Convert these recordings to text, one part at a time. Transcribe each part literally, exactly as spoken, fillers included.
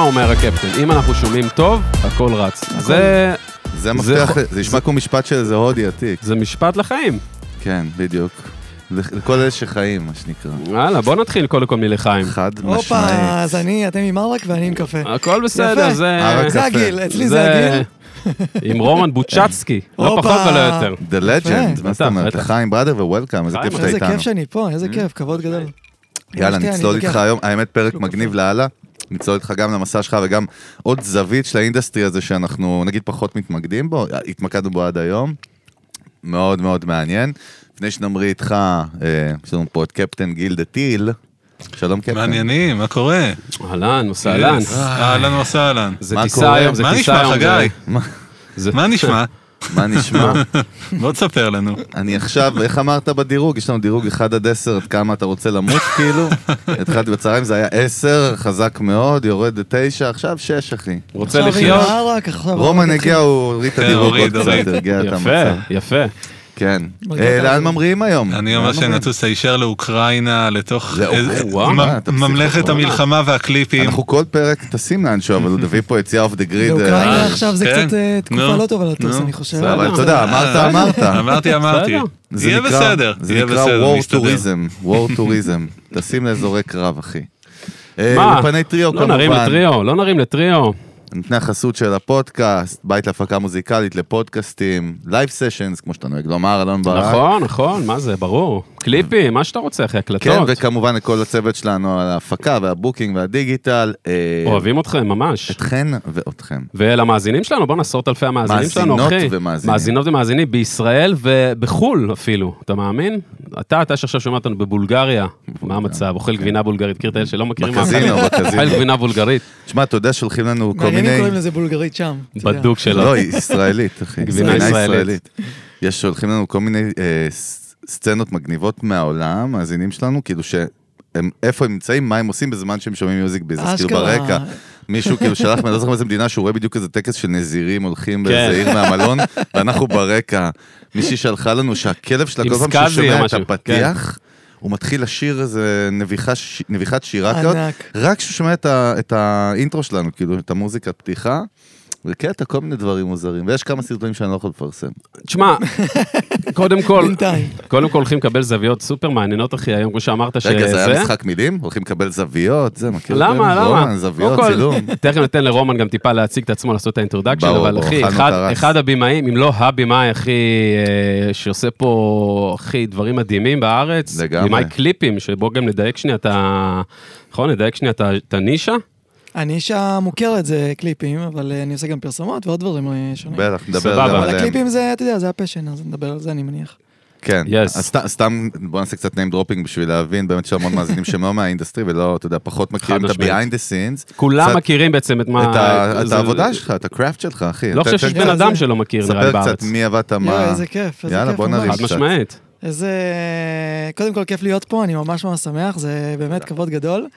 אומר הקפטן, אם אנחנו שומעים טוב, הכל רץ. זה... זה מפתח, זה נשמע כמו משפט של איזה הודי עתיק. זה משפט לחיים. כן, בדיוק. לכל אלה שחיים, מה שנקרא. יאללה, בוא נתחיל קודם כל מלחיים. חד משמעית. הופה, אז אני, אתם עם מרק ואני עם קפה. הכל בסדר, זה... זה הגיל, אצלי זה הגיל. עם רומן בוצ'צקי, לא פחות ולא יותר. The Legend, מה זאת אומרת? לחיים בראדר ווולקאם, איזה כיף שאתה איתנו. איזה כיף שאני פה, איזה כיף, כבוד גדול. יאללה, נצלול איתך היום, האמת פרק מגניב להלאה, נצלול איתך גם למסע שלך וגם עוד זווית של האינדסטרי הזה שאנחנו נגיד פחות מתמקדים בו, התמקדנו בו עד היום, מאוד מאוד מעניין. לפני שנמריא איתך, יש לנו פה את קפטן גיל דה טיל, שלום קפטן. מעניינים, מה קורה? אהלן, מסהלן. אהלן מסהלן. זה טיסה היום, זה טיסה היום. מה נשמע, חגי? מה נשמע? מה נשמע? בוא תספר לנו. אני עכשיו, איך אמרת בדירוג? יש לנו דירוג אחד עד עשר, עד כמה אתה רוצה למות כאילו? התחלתי בצהריים, זה היה עשר, חזק מאוד, יורד לתשע, עכשיו שש אחי. רוצה לחיות? רומן הגיע, הוא הוריד את הדירוג עוד קצת, הרגיע את המצב. יפה. כן. לאן ממריאים היום? אני אומר שנטוס הישר לאוקראינה, לתוך ממלכת וואו. המלחמה והקליפים. אנחנו כל פרק טסים לאנשהו, אבל הוא דביא פה יציאה אוף דה גריד. לאוקראינה עכשיו זה כן. קצת אה, תקופה נו, לא טובה לטוס, נו. אני חושב. אבל אתה יודע, אמרת, אמרת. אמרתי, אמרתי. זה יהיה נקרא- בסדר, זה יהיה נקרא בסדר, war נסתדר. tourism, war tourism. טסים לאזורי קרב, אחי. אה, מה? לפני טריו לא נרים כמובן. לטריו, לא נרים לטריו. נותני החסות של הפודקאסט, בית להפקה מוזיקלית לפודקאסטים, לייב סשנס, כמו שאתה נוהג לומר, אלון ברק. נכון, נכון, מה זה, ברור. קליפים, מה שאתה רוצה, אחי, הקלטות. כן, וכמובן לכל הצוות שלנו על ההפקה והבוקינג והדיגיטל. אה, אוהבים אתכם ממש. אתכן ואותכם. ולמאזינים שלנו, בוא עשרות אלפי המאזינים שלנו, מאזינות אחי. ומאזינים. מאזינות ומאזינים בישראל ובחול אפילו, אתה מאמין? אתה, אתה שעכשיו שומע אותנו בבולגריה, מה המצב? אוכל גבינה בולגרית, מכיר את אלה שלא מכירים מה בקזינו, אוכל בקזינו. גבינה בולגרית, תשמע, אתה יודע שהולכים לנו כל מעניין אם מיני... קוראים לזה בולגרית שם. אתה יודע. בדוק שלו. לא, היא ישראלית, אחי. גבינה ישראלית. יש, הולכים לנו כל מיני אה, ס- סצנות מגניבות מהעולם, מאזינים שלנו, כאילו שהם, איפה הם נמצאים, מה הם עושים בזמן שהם שומעים מיוזיק ביזנס, כאילו אשכרה. ברקע. מישהו כאילו שלח, אני לא זוכר באיזה מדינה, שהוא רואה בדיוק איזה טקס של נזירים הולכים באיזה כן. עיר מהמלון, ואנחנו ברקע. מישהי שלחה לנו שהכלב שלה, עם כל פעם סקאזי שהוא או שומע את משהו, הפתיח, הוא מתחיל לשיר איזה נביחה, ש- נביחת שירה כזאת, ענק. רק כשהוא שומע את, ה, את האינטרו שלנו, כאילו, את המוזיקת פתיחה, וקטע כל מיני דברים מוזרים, ויש כמה סרטונים שאני לא יכול לפרסם. תשמע, קודם כל, בינתיים. קודם כל הולכים לקבל זוויות סופר מעניינות, אחי, היום כמו שאמרת שזה... רגע, זה היה משחק מילים? הולכים לקבל זוויות? זה, מכיר? למה, אותם? למה? רומן, זוויות, קודם כל, צילום. תכף ניתן לרומן גם טיפה להציג את עצמו, לעשות את האינטרודקשן, ברור, אבל ברור, אחי, אכלנו אחד, את הרס. אחד הבימאים, אם לא הבימאי, אחי, אה, שעושה פה, אחי, דברים מדהימים בארץ, לגמרי. בימאי קליפים, שבו גם נדייק שנייה את ה... נכון, נדייק שנייה את ה- את הנישה. הנישה מוכרת זה קליפים, אבל אה, אני עושה גם פרסומות ועוד דברים אה, שונים. בטח, נדבר סבבה. גם אבל עליהם. הקליפים זה, אתה יודע, זה הפשן, אז נדבר על זה, אני מניח. כן, Yes. אז סת- סתם בוא נעשה קצת name dropping בשביל להבין, באמת שהמון מאזינים שהם לא מהאינדסטרי, ולא, אתה יודע, פחות מכירים את משמעית. ה-behind the scenes. כולם קצת- מכירים בעצם את מה... את ה- את זה- העבודה שלך, את הקראפט שלך, אחי. לא תן- חושב שיש תן- בן זה- אדם זה- שלא מכיר, נראה לי ספר בארץ. קצת מי עבדת מה. יואי, איזה כיף, איזה יאללה, כיף בוא ממש. נריב חד קצת. משמעית. איזה... קודם כל כיף להיות פה, אני ממש ממש שמח, זה באמת כבוד גדול.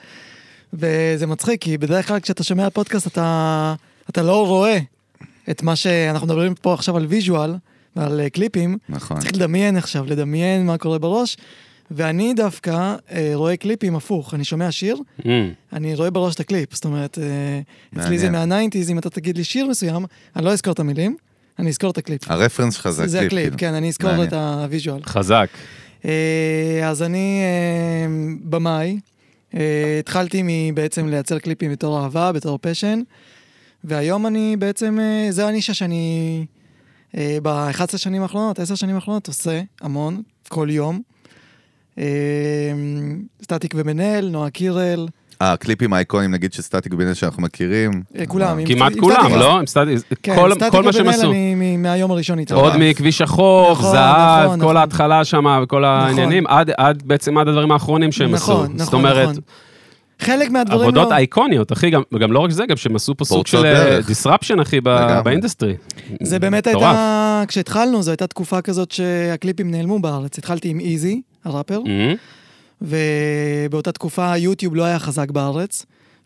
וזה מצחיק, כי בדרך כלל כשאתה שומע פודקאסט, אתה, אתה לא רואה את מה שאנחנו מדברים פה עכשיו על ויז'ואל ועל אה, קליפים. נכון. צריך לדמיין עכשיו, לדמיין מה קורה בראש. ואני דווקא אה, רואה קליפים הפוך, אני שומע שיר, Mm. אני רואה בראש את הקליפ. זאת אומרת, אה, אצלי מעניין. זה מהניינטיז, אם אתה תגיד לי שיר מסוים, אני לא אזכור את המילים, אני אזכור את הקליפ. הרפרנס שלך זה זה הקליפ. הקליפ, כאילו. כן, אני אזכור מעניין. את הוויז'ואל. חזק. אה, אז אני אה, במאי, אה, התחלתי מ- בעצם לייצר קליפים בתור אהבה, בתור פשן, והיום אני בעצם, אה, זו הנישה שאני אה, ב-אחת עשרה שנים האחרונות, עשר שנים האחרונות, עושה המון, כל יום. אה, סטטיק ומנהל, נועה קירל, אה, הקליפים האיקונים, נגיד שסטטיק ובינה שאנחנו מכירים. אה, כולם. עם- כמעט עם כולם, סטטיק. לא? עם סטטיק- כן, כל- סטטיק כל מה שהם ומנהל עשו. אני מ- מהיום הראשון איתו. עוד מכביש החוף, נכון, זהב, נכון, כל נכון. ההתחלה שם וכל העניינים, עד עד בעצם עד הדברים האחרונים שהם עשו. נכון, זאת נכון, אומרת, נכון. חלק מהדברים עבודות לא... אייקוניות, אחי, גם- וגם לא רק זה, גם שהם עשו פה סוג פורצות של דרך. disruption, אחי, ב- לגמרי. באינדסטרי. זה באמת מטורף. הייתה, כשהתחלנו, זו הייתה תקופה כזאת שהקליפים נעלמו בארץ. התחלתי עם איזי, הראפר, Mhm. ובאותה תקופה יוטיוב לא היה חזק בארץ,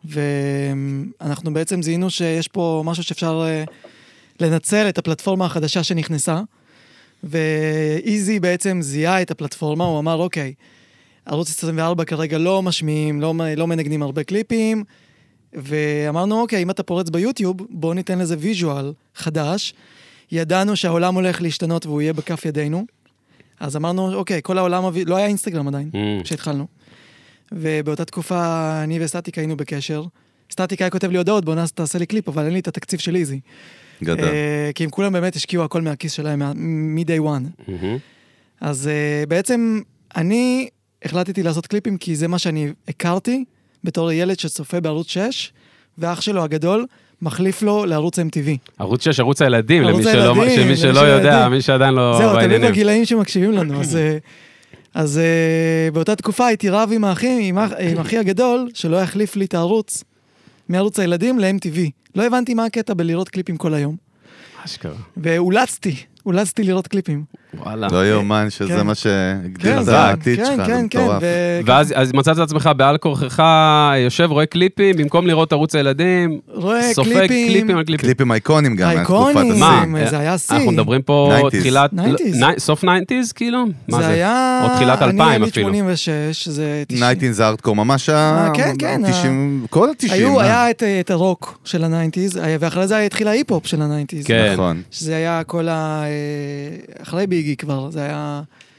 ואנחנו בעצם זיהינו שיש פה משהו שאפשר אה, לנצל את הפלטפורמה החדשה שנכנסה, ואיזי בעצם זיהה את הפלטפורמה, הוא אמר, אוקיי, ערוץ עשרים וארבע כרגע לא משמיעים, לא, לא מנגנים הרבה קליפים, ואמרנו, אוקיי, אם אתה פורץ ביוטיוב, בואו ניתן לזה ויז'ואל חדש. ידענו שהעולם הולך להשתנות והוא יהיה בכף ידינו. אז אמרנו, אוקיי, כל העולם, לא היה אינסטגרם עדיין, כשהתחלנו. ובאותה תקופה אני וסטטיק היינו בקשר. סטטיק היה כותב לי הודעות, בוא תעשה לי קליפ, אבל אין לי את התקציב של איזי. גדל. כי הם כולם באמת השקיעו הכל מהכיס שלהם, מ-day one. אז בעצם אני החלטתי לעשות קליפים, כי זה מה שאני הכרתי, בתור ילד שצופה בערוץ שש, ואח שלו הגדול מחליף לו לערוץ אם טי וי. ערוץ שש, ערוץ הילדים, למי שלא יודע, מי שעדיין לא בעניינים. זהו, תמיד בגילאים שמקשיבים לנו, אז... אז uh, באותה תקופה הייתי רב עם האחים, עם, עם אחי הגדול, שלא יחליף לי את הערוץ, מערוץ הילדים ל-אם טי וי. לא הבנתי מה הקטע בלראות קליפים כל היום. אשכרה. ואולצתי, אולצתי לראות קליפים. וואלה. לא יאומן שזה מה שהגדיר את העתיד שלך, זה מטורף. ואז מצאת את עצמך בעל כורכך, יושב, רואה קליפים, במקום לראות ערוץ הילדים, סופג קליפים על קליפים. קליפים אייקונים גם, אייקונים, זה היה סי. אנחנו מדברים פה תחילת, סוף תשעים כאילו? זה היה... או תחילת אלפיים אפילו. אני שמונים ושש, זה תשעים. תשעים זה ארדקור, ממש ה... כן, כן. כל ה-תשעים. היה את הרוק של ה-תשעים, ואחרי זה התחיל ההיפ-הופ של ה-תשעים. כן. נכון. שזה היה כל ה... אחרי ביגי כבר, זה היה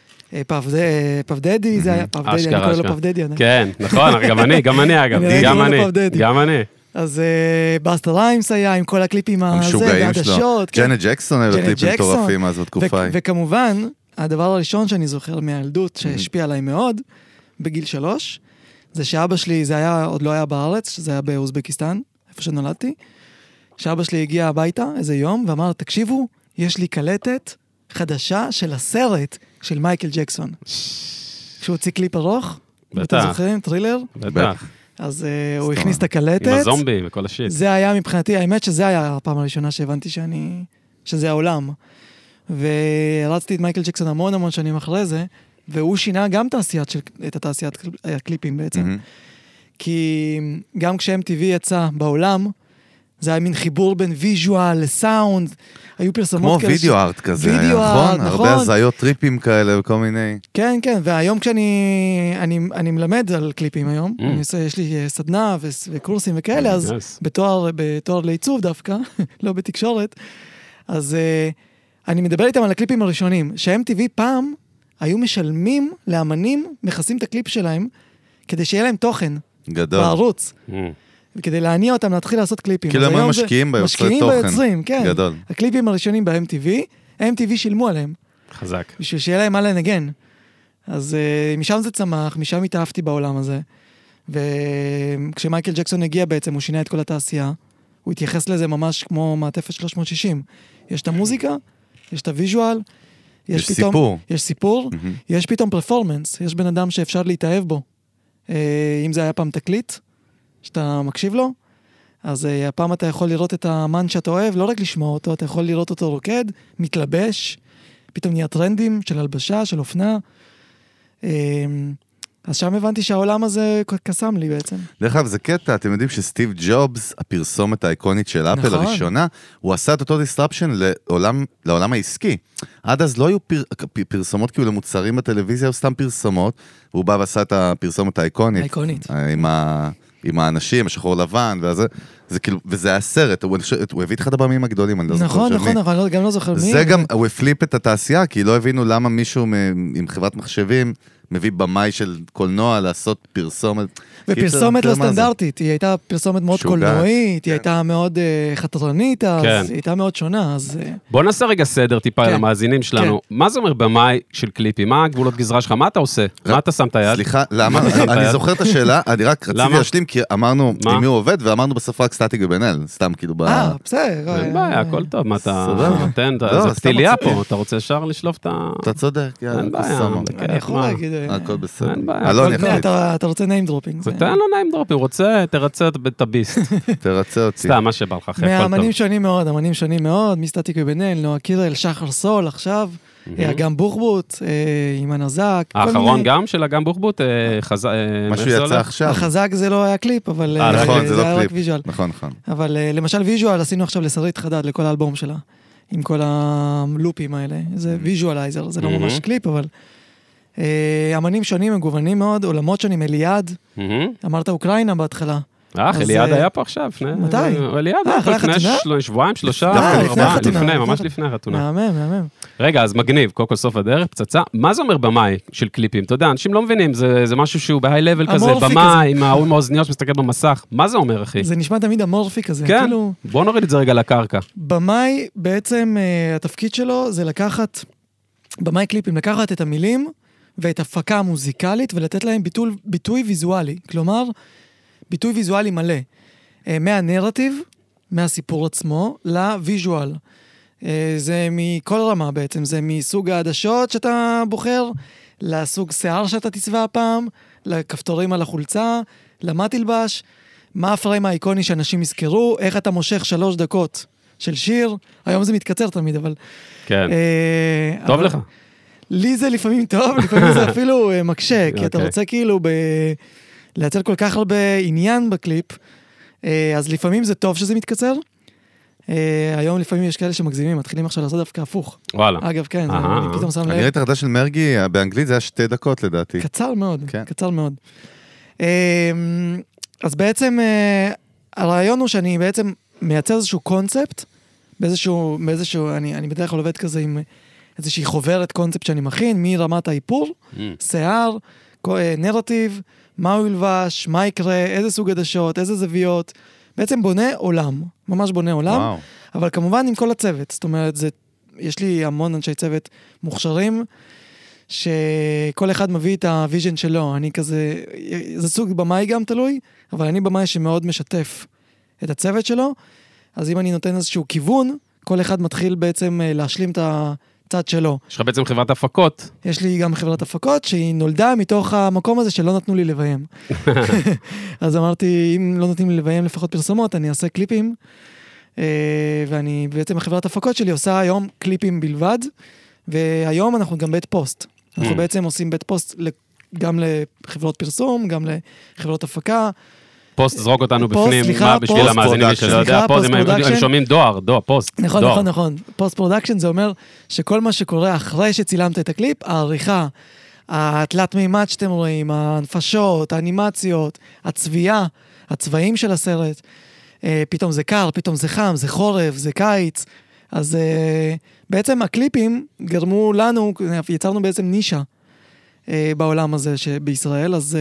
פבדדי, זה היה פבדדי, אני קורא לו פבדדי. כן, נכון, גם אני, גם אני אגב, גם אני, גם אני. אז בסטר ריימס היה עם כל הקליפים הזה, והדשות. ג'נט ג'קסון היו קליפים מטורפים אז בתקופה. וכמובן, הדבר הראשון שאני זוכר מהילדות, שהשפיע עליי מאוד, בגיל שלוש, זה שאבא שלי, זה היה, עוד לא היה בארץ, זה היה באוזבקיסטן, איפה שנולדתי, שאבא שלי הגיע הביתה איזה יום, ואמר, תקשיבו, יש לי קלטת חדשה של הסרט של מייקל ג'קסון. כשהוא הוציא קליפ ארוך, אתם זוכרים? טרילר? בטח. אז הוא הכניס את הקלטת. עם הזומבים וכל השיט. זה היה מבחינתי, האמת שזה היה הפעם הראשונה שהבנתי שאני, שזה העולם. ורצתי את מייקל ג'קסון המון המון שנים אחרי זה, והוא שינה גם תעשיית של, את התעשיית הקליפים בעצם. כי גם כש-אם טי וי יצא בעולם, זה היה מין חיבור בין ויז'ואל לסאונד, היו פרסמות כאלה... כמו וידאו ארט כזה, נכון? הרבה הזיות טריפים כאלה וכל מיני... כן, כן, והיום כשאני אני, אני מלמד על קליפים היום, אני עושה, יש לי סדנה וקורסים וכאלה, אז בתואר, בתואר לעיצוב דווקא, לא בתקשורת, אז אני מדבר איתם על הקליפים הראשונים, ש-אם טי וי פעם היו משלמים לאמנים, מכסים את הקליפ שלהם, כדי שיהיה להם תוכן. גדול. בערוץ. וכדי להניע אותם להתחיל לעשות קליפים. כאילו הם משקיעים ביוצרי תוכן. ביוצרים, כן. גדול. הקליפים הראשונים ב-אם טי וי, אם טי וי שילמו עליהם. חזק. בשביל שיהיה להם מה לנגן. אז uh, משם זה צמח, משם התאהבתי בעולם הזה. וכשמייקל ג'קסון הגיע בעצם, הוא שינה את כל התעשייה. הוא התייחס לזה ממש כמו מעטפת שלוש מאות שישים. יש את המוזיקה, יש את הוויז'ואל, יש, יש פתאום, סיפור. יש סיפור, mm-hmm. יש פתאום פרפורמנס, יש בן אדם שאפשר להתאהב בו. Uh, אם זה היה פעם תקליט, שאתה מקשיב לו, אז uh, הפעם אתה יכול לראות את האמן שאתה אוהב, לא רק לשמוע אותו, אתה יכול לראות אותו רוקד, מתלבש, פתאום נהיה טרנדים של הלבשה, של אופנה. Uh, אז שם הבנתי שהעולם הזה קסם לי בעצם. דרך אגב, זה קטע, אתם יודעים שסטיב ג'ובס, הפרסומת האיקונית של אפל נכון. הראשונה, הוא עשה את אותו דיסטרפשן לעולם, לעולם העסקי. עד אז לא היו פר, פרסומות כאילו למוצרים בטלוויזיה, או סתם פרסומות, והוא בא ועשה את הפרסומת האיקונית. האיקונית. עם ה... עם האנשים, השחור לבן, וזה, זה כאילו, וזה היה סרט, הוא, הוא הביא את אחד הבמים הגדולים, אני לא זוכר נכון, נכון, נכון, גם לא זוכר מי. זה גם, הוא הפליפ את התעשייה, כי לא הבינו למה מישהו עם חברת מחשבים, מביא במאי של קולנוע לעשות פרסומת. ופרסומת לא סטנדרטית, היא הייתה פרסומת מאוד קולנועית, היא הייתה מאוד חתרנית, אז היא הייתה מאוד שונה. בוא נעשה רגע סדר טיפה על המאזינים שלנו. מה זה אומר במאי של קליפים? מה הגבולות גזרה שלך? מה אתה עושה? מה אתה שם את היד? סליחה, למה? אני זוכר את השאלה, אני רק רציתי להשלים, כי אמרנו עם מי הוא עובד, ואמרנו בסוף רק סטטיק ובן-אל, סתם כאילו ב... אה, בסדר. אין בעיה, הכל טוב, מה אתה נותן? זה פתיליה פה, אתה רוצה ישר לשלוף את ה... אתה צודק, אני יכול להגיד... הכל בסדר. אתה רוצה name dropping. תן לו name dropping, רוצה, תרצה את הביסט. תרצה אותי. סתם, מה שבא לך, הכל טוב. מהאמנים שונים מאוד, אמנים שונים מאוד, מסטטיק ובן-אל, נועה קירל, שחר סול עכשיו, אגם בוחבוט, עם הנזק. האחרון גם של אגם בוחבוט, משהו יצא עכשיו. החזק זה לא היה קליפ, אבל זה היה רק ויז'ואל. נכון, נכון. אבל למשל ויז'ואל עשינו עכשיו לשרית חדד לכל האלבום שלה, עם כל הלופים האלה. זה ויז'ואלייזר, זה לא ממש קליפ, אבל... אמנים שונים, מגוונים מאוד, עולמות שונים, אליעד, אמרת אוקראינה בהתחלה. אך, אליעד היה פה עכשיו, לפני... מתי? אליעד היה פה לפני שבועיים, שלושה, לפני, ממש לפני החתונה. מהמם, מהמם. רגע, אז מגניב, קודם כל סוף הדרך, פצצה. מה זה אומר במאי של קליפים? אתה יודע, אנשים לא מבינים, זה משהו שהוא בהיי לבל כזה, במאי, עם ההוא עם האוזניות שמסתכל במסך. מה זה אומר, אחי? זה נשמע תמיד אמורפי כזה. כן, בוא נוריד את זה רגע לקרקע. במאי, בעצם, התפקיד שלו זה לקחת, במאי קליפים, לקחת את המילים ואת הפקה המוזיקלית ולתת להם ביטוי, ביטוי ויזואלי. כלומר, ביטוי ויזואלי מלא. מהנרטיב, מהסיפור עצמו, לוויז'ואל. זה מכל רמה בעצם, זה מסוג העדשות שאתה בוחר, לסוג שיער שאתה תצבע הפעם, לכפתורים על החולצה, למה תלבש, מה הפריים האיקוני שאנשים יזכרו, איך אתה מושך שלוש דקות של שיר, היום זה מתקצר תמיד, אבל... כן, טוב לך. לי זה לפעמים טוב, לפעמים זה אפילו מקשה, כי אתה רוצה כאילו לייצר כל כך הרבה עניין בקליפ, אז לפעמים זה טוב שזה מתקצר, היום לפעמים יש כאלה שמגזימים, מתחילים עכשיו לעשות דווקא הפוך. וואלה. אגב, כן, אני פתאום שם לב. אני ראיתי את הרדה של מרגי, באנגלית זה היה שתי דקות לדעתי. קצר מאוד, קצר מאוד. אז בעצם, הרעיון הוא שאני בעצם מייצר איזשהו קונספט, באיזשהו, באיזשהו, אני, אני בדרך כלל עובד כזה עם איזושהי חוברת קונספט שאני מכין, מרמת האיפור, שיער, נרטיב, מה הוא ילבש, מה יקרה, איזה סוג עדשות, איזה זוויות, בעצם בונה עולם, ממש בונה עולם, וואו. אבל כמובן עם כל הצוות, זאת אומרת, זה, יש לי המון אנשי צוות מוכשרים, שכל אחד מביא את הוויז'ן שלו, אני כזה, זה סוג במאי גם תלוי, אבל אני במאי שמאוד משתף את הצוות שלו, אז אם אני נותן איזשהו כיוון, כל אחד מתחיל בעצם להשלים את הצד שלו. יש לך בעצם חברת הפקות. יש לי גם חברת הפקות, שהיא נולדה מתוך המקום הזה שלא נתנו לי לביים. אז אמרתי, אם לא נותנים לי לביים לפחות פרסומות, אני אעשה קליפים, ואני בעצם החברת הפקות שלי עושה היום קליפים בלבד, והיום אנחנו גם בית פוסט. אנחנו בעצם עושים בית פוסט גם לחברות פרסום, גם לחברות הפקה, פוסט זרוק אותנו בפנים, מה בשביל המאזינים שלא יודע, פוסט, הם שומעים דואר, דואר, פוסט. נכון, נכון, נכון. פוסט פרודקשן זה אומר שכל מה שקורה אחרי שצילמת את הקליפ, העריכה, התלת מימד שאתם רואים, הנפשות, האנימציות, הצביעה, הצבעים של הסרט, פתאום זה קר, פתאום זה חם, זה חורף, זה קיץ, אז בעצם הקליפים גרמו לנו, יצרנו בעצם נישה בעולם הזה בישראל, אז...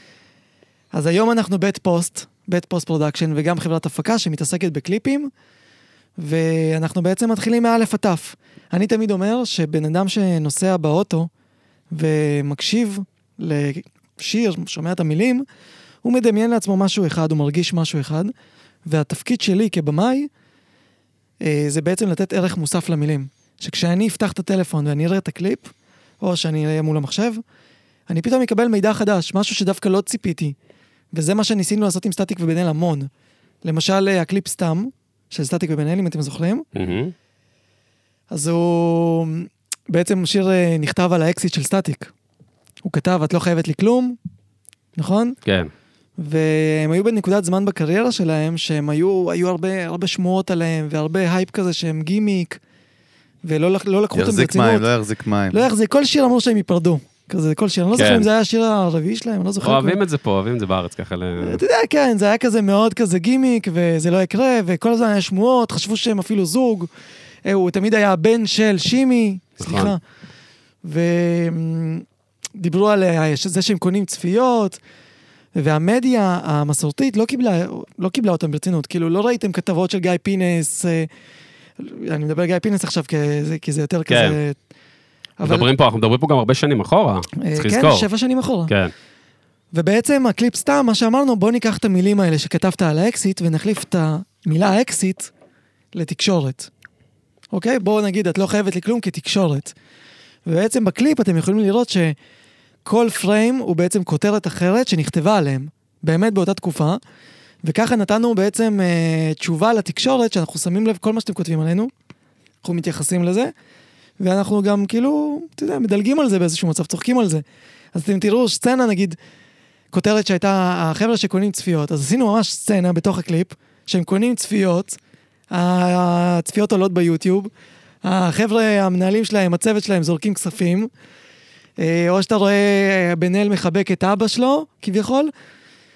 אז היום אנחנו בית פוסט, בית פוסט פרודקשן, וגם חברת הפקה שמתעסקת בקליפים, ואנחנו בעצם מתחילים מאלף עטף. אני תמיד אומר שבן אדם שנוסע באוטו, ומקשיב לשיר, שומע את המילים, הוא מדמיין לעצמו משהו אחד, הוא מרגיש משהו אחד, והתפקיד שלי כבמאי, זה בעצם לתת ערך מוסף למילים. שכשאני אפתח את הטלפון ואני אראה את הקליפ, או שאני אראה מול המחשב, אני פתאום אקבל מידע חדש, משהו שדווקא לא ציפיתי. וזה מה שניסינו לעשות עם סטטיק ובן אל המון. למשל, הקליפ סתם, של סטטיק ובן אל, אם אתם זוכרים. Mm-hmm. אז הוא... בעצם שיר נכתב על האקסיט של סטטיק. הוא כתב, את לא חייבת לי כלום, נכון? כן. והם היו בנקודת זמן בקריירה שלהם, שהם היו, היו הרבה, הרבה שמועות עליהם, והרבה הייפ כזה שהם גימיק, ולא לא לקחו אותם ברצינות. יחזיק מים, לא יחזיק מים. לא יחזיק, כל שיר אמרו שהם ייפרדו. כזה, כל שיר, אני לא זוכר אם זה היה השיר הרביעי שלהם, אני לא זוכר. אוהבים את זה פה, אוהבים את זה בארץ ככה. אתה יודע, כן, זה היה כזה מאוד כזה גימיק, וזה לא יקרה, וכל הזמן היה שמועות, חשבו שהם אפילו זוג, הוא תמיד היה הבן של שימי, סליחה. ודיברו על זה שהם קונים צפיות, והמדיה המסורתית לא קיבלה, לא קיבלה אותם ברצינות, כאילו לא ראיתם כתבות של גיא פינס, אני מדבר על גיא פינס עכשיו, כי זה יותר כזה... מדברים פה, אנחנו מדברים פה גם הרבה שנים אחורה, צריך לזכור. כן, שבע שנים אחורה. כן. ובעצם הקליפ סתם, מה שאמרנו, בוא ניקח את המילים האלה שכתבת על האקסיט, ונחליף את המילה אקסיט לתקשורת. אוקיי? בואו נגיד, את לא חייבת לי כלום כתקשורת. ובעצם בקליפ אתם יכולים לראות שכל פריים הוא בעצם כותרת אחרת שנכתבה עליהם, באמת באותה תקופה, וככה נתנו בעצם אה, תשובה לתקשורת, שאנחנו שמים לב כל מה שאתם כותבים עלינו, אנחנו מתייחסים לזה, ואנחנו גם כאילו, אתה יודע, מדלגים על זה באיזשהו מצב, צוחקים על זה. אז אתם תראו סצנה, נגיד, כותרת שהייתה החבר'ה שקונים צפיות, אז עשינו ממש סצנה בתוך הקליפ, שהם קונים צפיות, הצפיות עולות ביוטיוב, החבר'ה, המנהלים שלהם, הצוות שלהם זורקים כספים, או שאתה רואה בן אל מחבק את אבא שלו, כביכול,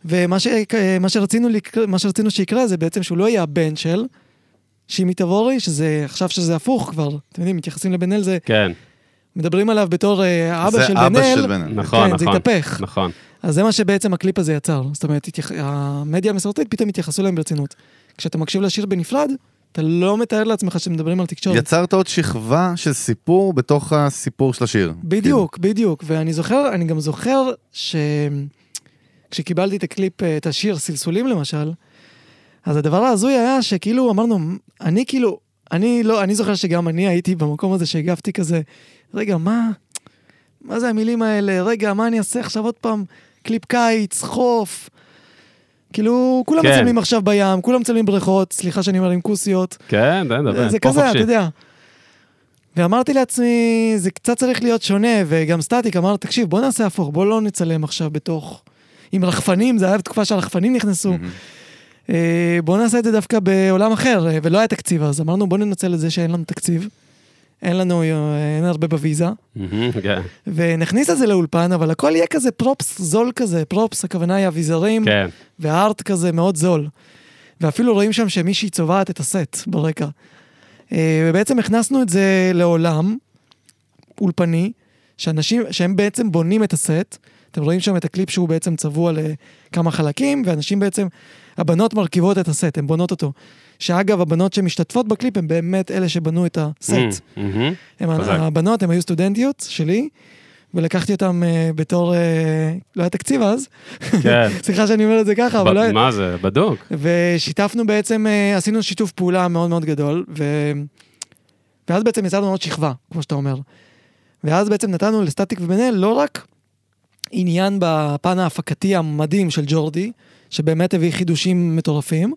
ומה ש, מה שרצינו, מה שרצינו שיקרה זה בעצם שהוא לא יהיה הבן של שימי תבורי, שזה, עכשיו שזה הפוך כבר, אתם יודעים, מתייחסים לבן אל זה, כן. מדברים עליו בתור אבא של בן אל, נכון, כן, זה התהפך. נכון. אז זה מה שבעצם הקליפ הזה יצר, זאת אומרת, המדיה המסורתית פתאום התייחסו להם ברצינות. כשאתה מקשיב לשיר בנפרד, אתה לא מתאר לעצמך שמדברים על תקשורת. יצרת עוד שכבה של סיפור בתוך הסיפור של השיר. בדיוק, בדיוק, ואני זוכר, אני גם זוכר ש... כשקיבלתי את הקליפ, את השיר סלסולים למשל, אז הדבר ההזוי היה שכאילו אמרנו, אני כאילו, אני לא, אני זוכר שגם אני הייתי במקום הזה שהגבתי כזה, רגע, מה, מה זה המילים האלה? רגע, מה אני אעשה עכשיו עוד פעם? קליפ קיץ, חוף, כאילו, כולם כן. מצלמים עכשיו בים, כולם מצלמים בריכות, סליחה שאני אומר עם כוסיות. כן, די, דבר. זה כזה, אתה יודע. ואמרתי לעצמי, זה קצת צריך להיות שונה, וגם סטטיק אמר, תקשיב, בוא נעשה הפוך, בוא לא נצלם עכשיו בתוך, עם רחפנים, זה היה בתקופה שהרחפנים נכנסו. Mm-hmm. בוא נעשה את זה דווקא בעולם אחר, ולא היה תקציב, אז אמרנו, בוא ננצל את זה שאין לנו תקציב. אין לנו, אין הרבה בוויזה. ונכניס את זה לאולפן, אבל הכל יהיה כזה פרופס זול כזה, פרופס, הכוונה היא אביזרים, והארט כזה מאוד זול. ואפילו רואים שם שמישהי צובעת את הסט ברקע. ובעצם הכנסנו את זה לעולם, אולפני, שאנשים, שהם בעצם בונים את הסט, אתם רואים שם את הקליפ שהוא בעצם צבוע לכמה חלקים, ואנשים בעצם, הבנות מרכיבות את הסט, הן בונות אותו. שאגב, הבנות שמשתתפות בקליפ, הן באמת אלה שבנו את הסט. הבנות, הן היו סטודנטיות שלי, ולקחתי אותם בתור, לא היה תקציב אז, סליחה שאני אומר את זה ככה, אבל לא... מה זה? בדוק. ושיתפנו בעצם, עשינו שיתוף פעולה מאוד מאוד גדול, ואז בעצם יצרנו עוד שכבה, כמו שאתה אומר. ואז בעצם נתנו לסטטיק ובן אל לא רק עניין בפן ההפקתי המדהים של ג'ורדי, שבאמת הביא חידושים מטורפים,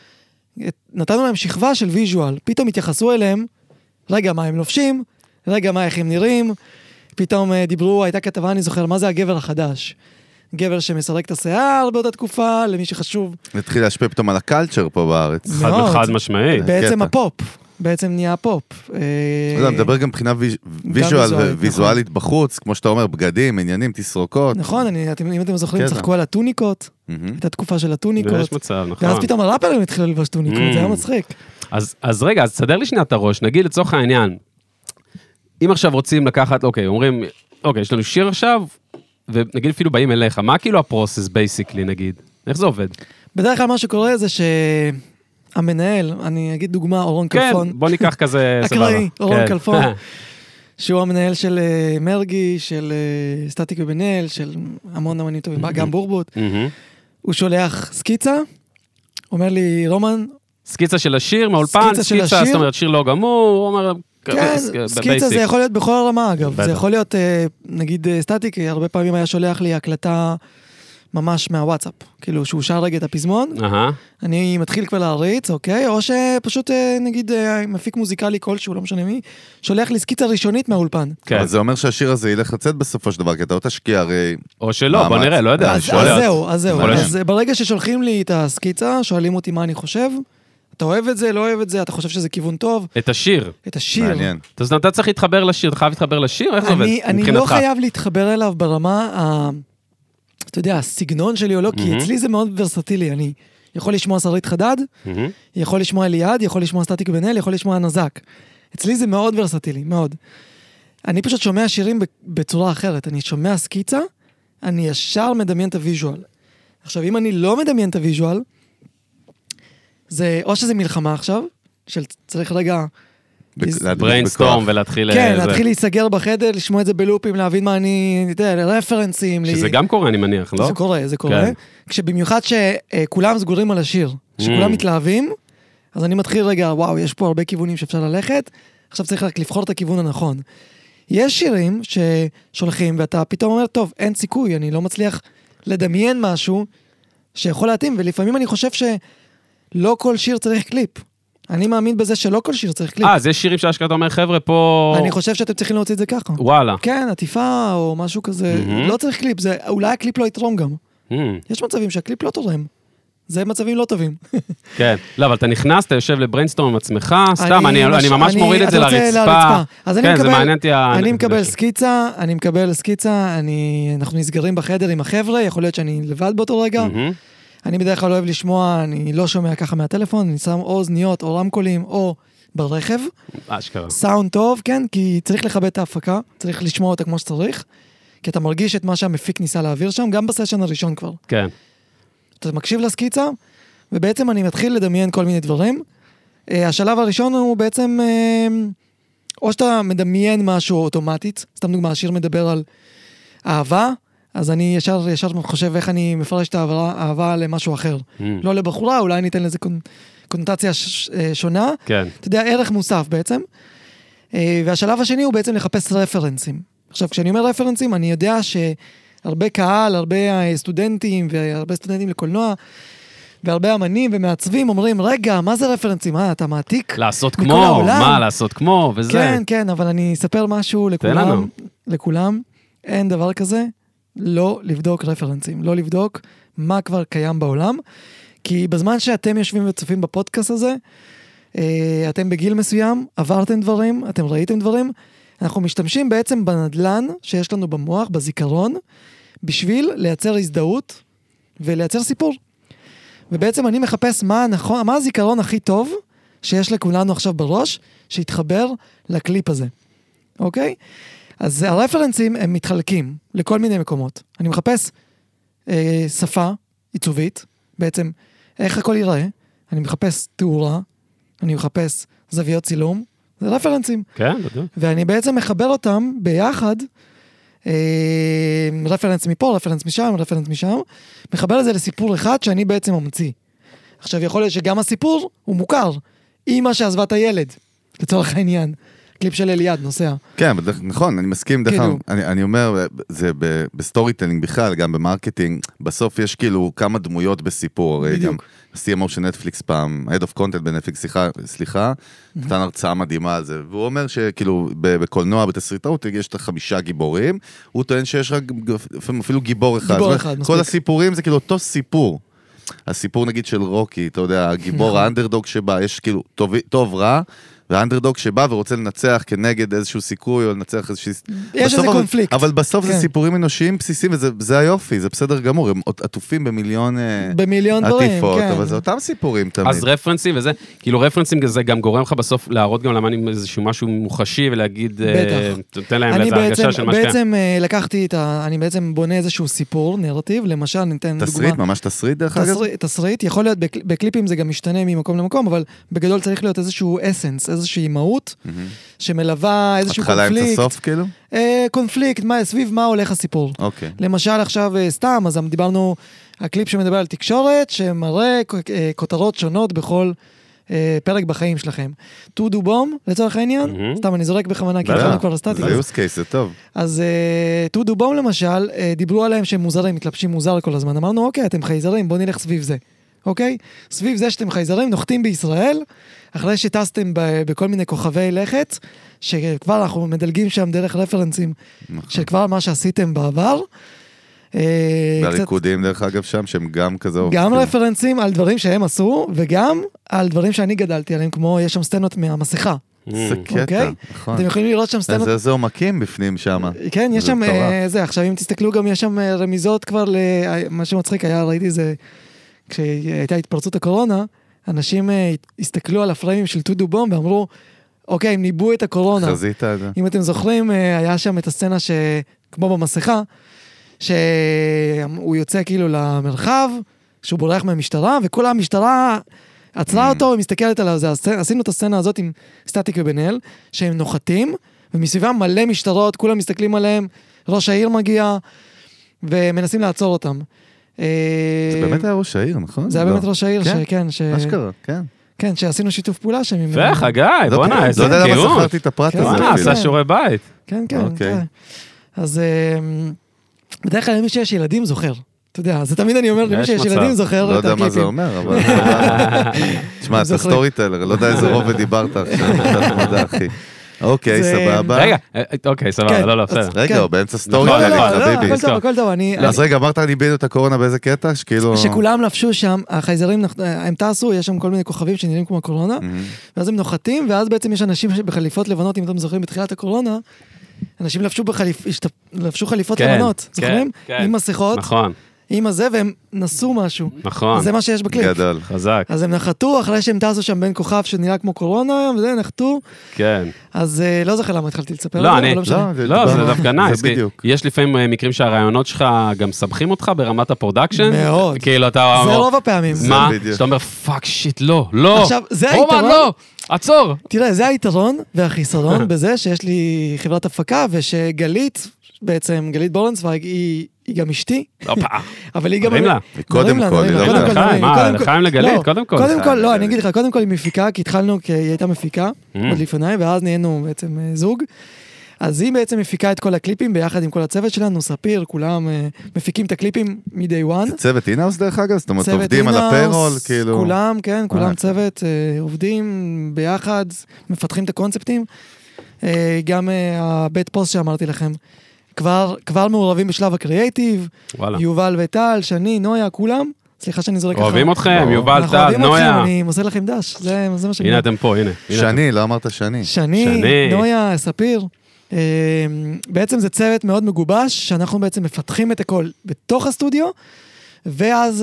נתנו להם שכבה של ויז'ואל, פתאום התייחסו אליהם, רגע, מה הם לובשים, רגע, מה, איך הם נראים, פתאום דיברו, הייתה כתבה, אני זוכר, מה זה הגבר החדש? גבר שמסרק את השיער באותה תקופה, למי שחשוב. נתחיל להשפיע פתאום על הקלצ'ר פה בארץ. חד וחד משמעית. בעצם הפופ, בעצם נהיה הפופ. לא, מדבר גם מבחינה ויז'ואל וויזואלית בחוץ, כמו שאתה אומר, בגדים, עניינים, תסרוקות. נכון, אם אתם זוכרים, צחקו על הטוניקות, את התקופה של הטוניקות. ויש מצב, נכון. ואז פתאום הראפרים התחילו ללבוש טוניקות, זה היה מצחיק. אז רגע, אז תסדר לי שנייה את הראש, נגיד לצורך העניין, אם עכשיו רוצים לקחת, אוקיי, אומרים, אוקיי, יש לנו שיר עכשיו, ונגיד אפילו באים אליך, מה כאילו הפרוסס בייסיקלי, נגיד? איך זה עובד? בדרך כלל מה שקורה זה שהמנהל, אני אגיד דוגמה, אורון כלפון. כן, בוא ניקח כזה סבבה. אקראי, אורון כלפון, שהוא המנהל של מרגי, של סטטיק ובן אל, של המון אמנים טובים, גם בורבוט. הוא שולח סקיצה, אומר לי, רומן, סקיצה של השיר, מהאולפן, סקיצה, זאת אומרת, שיר לא גמור, הוא אומר... כן, סקיצה זה יכול להיות בכל רמה, אגב. זה יכול להיות, נגיד סטטיק, הרבה פעמים היה שולח לי הקלטה ממש מהוואטסאפ. כאילו, שהוא שר רגע את הפזמון, אני מתחיל כבר להריץ, אוקיי? או שפשוט, נגיד, מפיק מוזיקלי כלשהו, לא משנה מי, שולח לי סקיצה ראשונית מהאולפן. אז זה אומר שהשיר הזה ילך לצאת בסופו של דבר, כי אתה לא תשקיע הרי... או שלא, בוא נראה, לא יודע. אז זהו, אז זהו. אז ברגע ששולחים לי את הסקיצה, שואלים אותי מה אני חושב, אתה אוהב את זה, לא אוהב את זה, אתה חושב שזה כיוון טוב. את השיר. את השיר. מעניין. אז אתה צריך להתחבר לשיר, אתה חייב להתחבר לשיר? איך זה עובד? אני לא חייב להתחבר אליו ברמה, אתה יודע, הסגנון שלי או לא, כי אצלי זה מאוד ורסטילי. אני יכול לשמוע שרית חדד, יכול לשמוע אליעד, יכול לשמוע סטטיק בן אל, יכול לשמוע נזק. אצלי זה מאוד ורסטילי, מאוד. אני פשוט שומע שירים בצורה אחרת. אני שומע סקיצה, אני ישר מדמיין את הוויז'ואל. עכשיו, אם אני לא מדמיין את הוויז'ואל, זה, או שזה מלחמה עכשיו, של צריך רגע... בריינסטורם ולהתחיל... כן, להתחיל להיסגר בחדר, לשמוע את זה בלופים, להבין מה אני... רפרנסים. שזה גם קורה, אני מניח, לא? זה קורה, זה קורה. כשבמיוחד שכולם סגורים על השיר, שכולם מתלהבים, אז אני מתחיל רגע, וואו, יש פה הרבה כיוונים שאפשר ללכת, עכשיו צריך רק לבחור את הכיוון הנכון. יש שירים ששולחים, ואתה פתאום אומר, טוב, אין סיכוי, אני לא מצליח לדמיין משהו שיכול להתאים, ולפעמים אני חושב ש... לא כל שיר צריך קליפ. אני מאמין בזה שלא כל שיר צריך קליפ. אה, זה שירים שהשקעה, אתה אומר, חבר'ה, פה... אני חושב שאתם צריכים להוציא את זה ככה. וואלה. כן, עטיפה או משהו כזה, לא צריך קליפ, זה, אולי הקליפ לא יתרום גם. יש מצבים שהקליפ לא תורם. זה מצבים לא טובים. כן, לא, אבל אתה נכנס, אתה יושב לבריינסטורם עם עצמך, סתם, אני ממש מוריד את זה לרצפה. כן, זה מעניין אותי. אני מקבל סקיצה, אני מקבל סקיצה, אנחנו נסגרים בחדר עם החבר'ה, יכול להיות שאני לבד באותו רגע. אני בדרך כלל אוהב לשמוע, אני לא שומע ככה מהטלפון, אני שם או אוזניות, או רמקולים, או ברכב. אשכרה. סאונד טוב, כן, כי צריך לכבד את ההפקה, צריך לשמוע אותה כמו שצריך, כי אתה מרגיש את מה שהמפיק ניסה להעביר שם, גם בסשן הראשון כבר. כן. אתה מקשיב לסקיצה, ובעצם אני מתחיל לדמיין כל מיני דברים. השלב הראשון הוא בעצם, או שאתה מדמיין משהו אוטומטית, סתם דוגמה, השיר מדבר על אהבה, אז אני ישר, ישר חושב איך אני מפרש את האהבה למשהו אחר. Mm. לא לבחורה, אולי ניתן לזה קונוטציה ש- שונה. כן. אתה יודע, ערך מוסף בעצם. והשלב השני הוא בעצם לחפש רפרנסים. עכשיו, כשאני אומר רפרנסים, אני יודע שהרבה קהל, הרבה סטודנטים, והרבה סטודנטים לקולנוע, והרבה אמנים ומעצבים אומרים, רגע, מה זה רפרנסים? אה, אתה מעתיק? לעשות כמו, מה לעשות כמו, וזה. כן, כן, אבל אני אספר משהו לכולם. לכולם, אין דבר כזה. לא לבדוק רפרנסים, לא לבדוק מה כבר קיים בעולם, כי בזמן שאתם יושבים וצופים בפודקאסט הזה, אתם בגיל מסוים, עברתם דברים, אתם ראיתם דברים, אנחנו משתמשים בעצם בנדלן שיש לנו במוח, בזיכרון, בשביל לייצר הזדהות ולייצר סיפור. ובעצם אני מחפש מה, נכון, מה הזיכרון הכי טוב שיש לכולנו עכשיו בראש, שיתחבר לקליפ הזה. אוקיי? אז הרפרנסים הם מתחלקים לכל מיני מקומות. אני מחפש אה, שפה עיצובית, בעצם איך הכל ייראה, אני מחפש תאורה, אני מחפש זוויות צילום, זה רפרנסים. כן, בדיוק. ואני בעצם מחבר אותם ביחד, אה, רפרנס מפה, רפרנס משם, רפרנס משם, מחבר את זה לסיפור אחד שאני בעצם ממציא. עכשיו יכול להיות שגם הסיפור הוא מוכר, אמא שעזבה את הילד, לצורך העניין. קליפ של אליעד, נוסע. כן, נכון, אני מסכים, דרך כלל, אני, אני אומר, זה בסטורי טלינג בכלל, גם במרקטינג, בסוף יש כאילו כמה דמויות בסיפור, הרי גם ה-סי אם או של נטפליקס פעם, Head of Content בנטפליקס, סליחה, סליחה, נתן הרצאה מדהימה על זה, והוא אומר שכאילו, בקולנוע, בתסריטאות, יש את החמישה גיבורים, הוא טוען שיש רק אפילו גיבור אחד. גיבור אחד, מספיק. כל הסיפורים זה כאילו אותו סיפור. הסיפור נגיד של רוקי, אתה יודע, הגיבור, האנדרדוג שבא, יש כאילו טוב רע, והאנדרדוג שבא ורוצה לנצח כנגד איזשהו סיכוי, או לנצח איזושהי... יש איזה קונפליקט. אבל בסוף זה סיפורים אנושיים בסיסיים, וזה היופי, זה בסדר גמור, הם עטופים במיליון עטיפות, אבל זה אותם סיפורים תמיד. אז רפרנסים וזה, כאילו רפרנסים זה גם גורם לך בסוף להראות גם למה אני איזשהו משהו מוחשי, ולהגיד, תתן להם את ההרגשה של מה שקיים. בעצם לקחתי את ה... אני בעצם בונה איזשהו סיפור, נרטיב, למשל, ניתן דוגמה... תסריט, ממש תסריט דרך אגב? תסריט, יכול להיות, בקליפים זה גם משתנה ממקום למקום, אבל בגדול צריך להיות איזשהו אסנס, איזושהי מהות, שמלווה איזשהו קונפליקט. התחלה עם הסוף, כאילו? קונפליקט, סביב מה הולך הסיפור. אוקיי. למשל, עכשיו סתם, אז דיברנו, הקליפ שמדבר על תקשורת, שמראה כותרות שונות בכל פרק בחיים שלכם. To do bomb, לצורך העניין, סתם אני זורק בכוונה, כי אני כבר עשיתי. זה use case, זה טוב. אז to do bomb למשל, דיברו עליהם שהם מוזרים, מתלבשים מוזר כל הזמן. אמרנו, אוקיי, אתם חייזרים, בואו נלך סביב זה. אוקיי? סביב זה שאתם חייזרים, נוחתים בישראל, אחרי שטסתם בכל מיני כוכבי לכת, שכבר אנחנו מדלגים שם דרך רפרנסים, של כבר מה שעשיתם בעבר. והריקודים דרך אגב שם, שהם גם כזה... גם רפרנסים על דברים שהם עשו, וגם על דברים שאני גדלתי עליהם, כמו יש שם סצנות מהמסכה. זה קטע, נכון. אתם יכולים לראות שם סצנות... איזה עומקים בפנים שם. כן, יש שם, זה, עכשיו אם תסתכלו גם, יש שם רמיזות כבר, מה שמצחיק היה, ראיתי זה, כשהייתה התפרצות הקורונה, אנשים הסתכלו על הפריימים של טודו בום, ואמרו, אוקיי, הם ניבאו את הקורונה. חזית את זה. אם אתם זוכרים, היה שם את הסצנה שכמו במסכה, שהוא יוצא כאילו למרחב, שהוא בורח מהמשטרה, וכל המשטרה עצרה אותו ומסתכלת עליו. עשינו את הסצנה הזאת עם סטטיק ובן-אל, שהם נוחתים, ומסביבם מלא משטרות, כולם מסתכלים עליהם, ראש העיר מגיע, ומנסים לעצור אותם. זה באמת היה ראש העיר, נכון? זה היה באמת ראש העיר, שכן. אשכרה, כן. כן, שעשינו שיתוף פעולה שם. פח, חגי, בוא'נה, איזה קירות. לא יודע למה זכרתי את הפרט הזה. בוא'נה, עשה שיעורי בית. כן, כן. אז בדרך כלל למי שיש ילדים זוכר. אתה יודע, זה תמיד אני אומר, למי שיש ילדים זוכר. לא יודע מה זה אומר, אבל... תשמע, אתה סטורי טיילר, לא יודע איזה רובד דיברת עכשיו, אתה מודע, אחי. אוקיי, סבבה. רגע, אוקיי, סבבה, לא, לא, בסדר. רגע, הוא באמצע סטורי. לא, לא, הכל טוב, הכל טוב. אז רגע, אמרת אני בינו את הקורונה באיזה קטע? שכולם לבשו שם, החייזרים, הם טסו, יש שם כל מיני כוכבים שנראים כמו הקורונה, ואז הם נוחתים, ואז בעצם יש אנשים בחליפות לבנות, אם אתם זוכרים בתחילת הקורונה, אנשים לבשו חליפות לבנות, זוכרים? עם מסכות. נכון. עם הזה, והם נסו משהו. נכון. זה מה שיש בקליפ. גדול. חזק. אז הם נחתו, אחרי שהם טסו שם בין כוכב שנראה כמו קורונה, וזה, נחתו. כן. אז לא זוכר למה התחלתי לספר. לא, אני... לא, זה דווקא נייס. יש לפעמים מקרים שהרעיונות שלך גם סבכים אותך ברמת הפרודקשן. מאוד. כאילו אתה... זה רוב הפעמים. מה? שאתה אומר, פאק שיט, לא, לא. עכשיו, זה היתרון. לא, עצור. תראה, זה היתרון והחיסרון בזה שיש לי חברת הפקה, ושגלית, בעצם גלית בורנצוויג, היא היא גם אשתי, אבל היא גם... מרים לה. קודם כל, היא לא לחיים, מה, לחיים לגלית, קודם כל. קודם כל, לא, אני אגיד לך, קודם כל היא מפיקה, כי התחלנו, כי היא הייתה מפיקה, עוד לפני, ואז נהיינו בעצם זוג. אז היא בעצם מפיקה את כל הקליפים, ביחד עם כל הצוות שלנו, ספיר, כולם מפיקים את הקליפים מ-day one. זה צוות אינאוס דרך אגב? זאת אומרת, עובדים על הפיירול, כאילו... כולם, כן, כולם צוות, עובדים ביחד, מפתחים את הקונספטים. גם הבית פוסט שאמרתי לכם. כבר, כבר מעורבים בשלב הקריאייטיב, יובל וטל, שני, נויה, כולם. סליחה שאני זורק ככה. אוהבים אתכם, יובל, טל, נויה. אני מוסר לכם דש, זה מה שאני... הנה אתם פה, הנה. שני, לא אמרת שני. שני, נויה, ספיר. בעצם זה צוות מאוד מגובש, שאנחנו בעצם מפתחים את הכל בתוך הסטודיו, ואז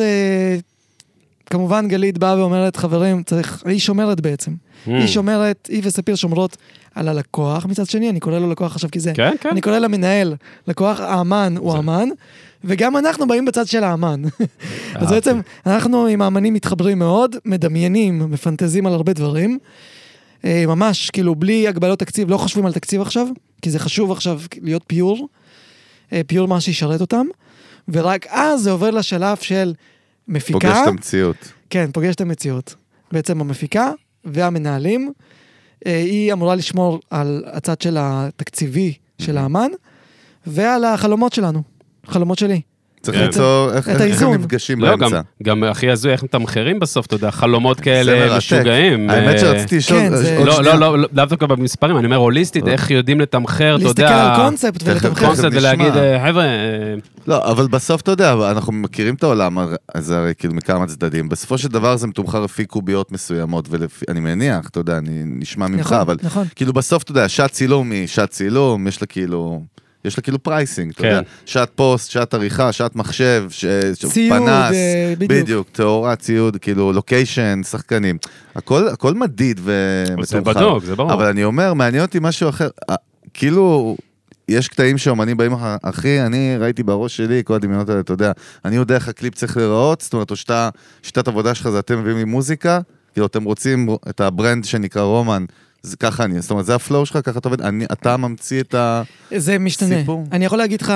כמובן גלית באה ואומרת, חברים, צריך, היא שומרת בעצם. היא שומרת, היא וספיר שומרות על הלקוח, מצד שני, אני קורא לו לקוח עכשיו כי זה, כן, כן. אני קורא למנהל, לקוח, האמן הוא האמן, וגם אנחנו באים בצד של האמן. אז בעצם, אנחנו עם האמנים מתחברים מאוד, מדמיינים, מפנטזים על הרבה דברים, ממש, כאילו, בלי הגבלות תקציב, לא חושבים על תקציב עכשיו, כי זה חשוב עכשיו להיות פיור, פיור מה שישרת אותם, ורק אז זה עובר לשלב של מפיקה. פוגש את המציאות. כן, פוגש את המציאות. בעצם המפיקה והמנהלים, היא אמורה לשמור על הצד של התקציבי של האמן, ועל החלומות שלנו, חלומות שלי. צריך ליצור, איך הם נפגשים באמצע. גם הכי הזוי, איך מתמחרים בסוף, אתה יודע, חלומות כאלה משוגעים. האמת שרציתי לשאול... לא, לא, לא, לאו דווקא במספרים, אני אומר הוליסטית, איך יודעים לתמחר, אתה יודע... להסתכל על קונספט ולתמחר. קונספט ולהגיד, חבר'ה... לא, אבל בסוף, אתה יודע, אנחנו מכירים את העולם, אז הרי כאילו מכמה צדדים. בסופו של דבר זה מתומחר לפי קוביות מסוימות, ואני מניח, אתה יודע, אני נשמע ממך, אבל כאילו בסוף, אתה יודע, שעת צילום היא שעת צילום, יש לה כאילו... יש לה כאילו פרייסינג, אתה יודע, שעת פוסט, שעת עריכה, שעת מחשב, פנס, בדיוק, תאורה, ציוד, כאילו, לוקיישן, שחקנים. הכל מדיד ומתומחר. זה בדוק, זה ברור. אבל אני אומר, מעניין אותי משהו אחר, כאילו, יש קטעים שאומנים באים, אחי, אני ראיתי בראש שלי, כל הדמיונות האלה, אתה יודע, אני יודע איך הקליפ צריך להיראות, זאת אומרת, או שיטת עבודה שלך זה אתם מביאים לי מוזיקה, כאילו, אתם רוצים את הברנד שנקרא רומן, זה ככה אני, זאת אומרת, זה הפלואו שלך, ככה אתה עובד, אתה ממציא את הסיפור? זה משתנה. אני יכול להגיד לך,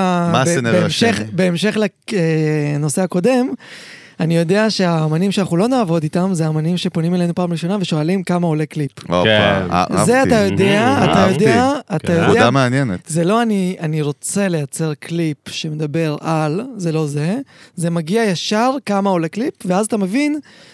בהמשך לנושא הקודם, אני יודע שהאמנים שאנחנו לא נעבוד איתם, זה האמנים שפונים אלינו פעם ראשונה ושואלים כמה עולה קליפ. זה אתה יודע, אתה יודע, אתה יודע. עבודה מעניינת. זה לא אני, אני רוצה לייצר קליפ שמדבר על, זה לא זה, זה מגיע ישר כמה עולה קליפ, ואז אתה מבין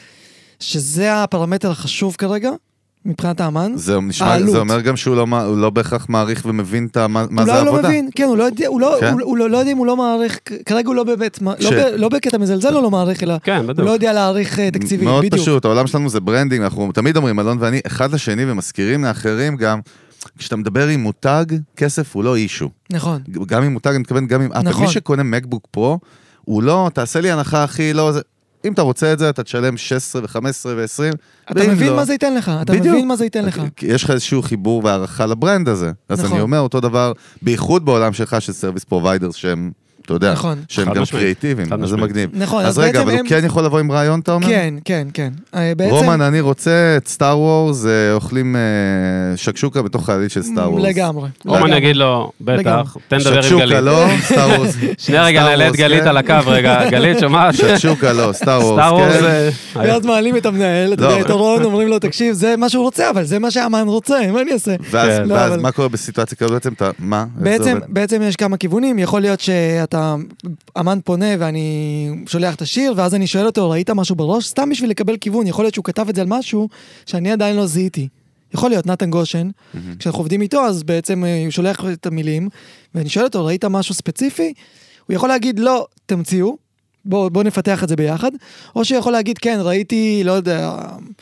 שזה הפרמטר החשוב כרגע, מבחינת האמן, זה נשמע, זה אומר גם שהוא לא, הוא לא בהכרח מעריך ומבין את מה, מה זה העבודה. הוא לא מבין, כן, הוא לא יודע, הוא לא, כן? הוא, הוא לא, לא יודע אם הוא לא מעריך, כרגע הוא לא באמת, ש... לא, ב, לא בקטע מזלזל, הוא לא מעריך, אלא כן, הוא לא יודע להעריך תקציבי, מאוד בדיוק. פשוט, העולם שלנו זה ברנדינג, אנחנו תמיד אומרים, אלון ואני, אחד לשני ומזכירים לאחרים גם, כשאתה מדבר עם מותג, כסף הוא לא אישו. נכון. גם עם מותג, אני מתכוון גם עם, נכון. מי שקונה מקבוק פרו, הוא לא, תעשה לי הנחה הכי לא, זה... אם אתה רוצה את זה, אתה תשלם שש עשרה ו-חמש עשרה ו-עשרים. אתה מבין מה זה ייתן לך, אתה מבין מה זה ייתן לך. יש לך איזשהו חיבור והערכה לברנד הזה. אז אני אומר אותו דבר, בייחוד בעולם שלך של סרוויס פרוביידרס שהם, אתה יודע, שהם גם קריאטיביים, אז זה מגניב. אז רגע, אבל הוא כן יכול לבוא עם רעיון, אתה אומר? כן, כן, כן. רומן, אני רוצה את סטאר וורס, אוכלים שקשוקה בתוך חיילית של סטאר וורס. לגמרי. רומן יגיד לו, בטח, תן לדבר עם גלית. שקשוקה לא, סטאר וורס. שנייה רגע, נעלה את גלית על הקו, רגע, גלית, שומעת? שקשוקה לא, סטאר וורס. סטאר וורס זה... ואז מעלים את המנהל, את אורון, אומרים לו, תקשיב, זה מה שהוא רוצה, אבל זה מה שהאמן רוצה, מה אני אעשה? ואז מה קורה בסיטואציה כזאת בעצם? מה? בעצם יש כמה כיוונים, יכול להיות שאתה אמן פונה ואני שולח את השיר, ואז אני שואל אותו, ראית משהו בראש? סתם בשביל לקבל כיוון, יכול להיות שהוא כתב את זה על משהו שאני עדיין לא זיהיתי. יכול להיות, נתן גושן, כשאנחנו עובדים איתו, אז בעצם הוא שולח את המילים, ואני שואל אותו, ראית משהו ספציפי? הוא יכול להגיד, לא, תמציאו, בוא, בוא נפתח את זה ביחד, או שהוא יכול להגיד, כן, ראיתי, לא יודע,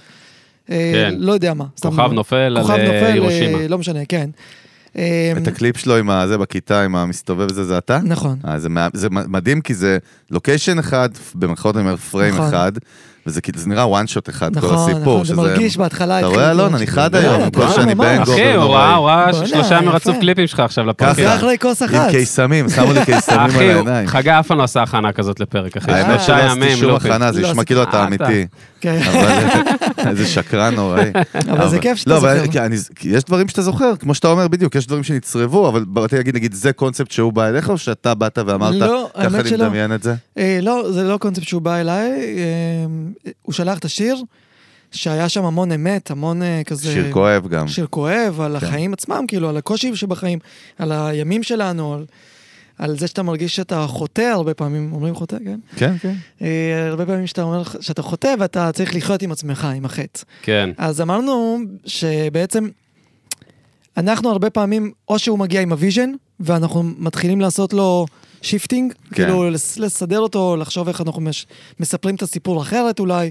כן. לא יודע מה. כוכב נופל כוכב על נופל, הירושימה. לא משנה, כן. את הקליפ שלו עם הזה בכיתה, עם המסתובב הזה, זה אתה? נכון. זה מדהים, כי זה לוקיישן אחד, במרכאות אני אומר פריים אחד, וזה נראה וואן שוט אחד, כל הסיפור. נכון, נכון, זה מרגיש בהתחלה. אתה רואה אלון, אני חד היום, כל שאני בנגו. אחי, הוא ראה שלושה מרצוף קליפים שלך עכשיו לפרק. ככה אחרי כוס אחת. עם קיסמים, שמו לי קיסמים על העיניים. חגי אף פעם לא עשה הכנה כזאת לפרק, אחי. האמת שלא עשיתי שום הכנה, זה נשמע כאילו אתה אמיתי. איזה שקרן נוראי. אבל זה כיף שאתה זוכר. יש דברים שאתה זוכר, כמו שאתה אומר בדיוק, יש דברים שנצרבו, אבל באתי להגיד, נגיד, זה קונספט שהוא בא אליך, או שאתה באת ואמרת, ככה אני מדמיין את זה? לא, זה לא קונספט שהוא בא אליי. הוא שלח את השיר, שהיה שם המון אמת, המון כזה... שיר כואב גם. שיר כואב, על החיים עצמם, כאילו, על הקושי שבחיים, על הימים שלנו, על... על זה שאתה מרגיש שאתה חוטא הרבה פעמים, אומרים חוטא, כן? כן, כן. הרבה פעמים שאתה אומר שאתה חוטא ואתה צריך לחיות עם עצמך, עם החטא. כן. אז אמרנו שבעצם אנחנו הרבה פעמים, או שהוא מגיע עם הוויז'ן, ואנחנו מתחילים לעשות לו שיפטינג, כאילו לסדר אותו, לחשוב איך אנחנו מספרים את הסיפור אחרת אולי.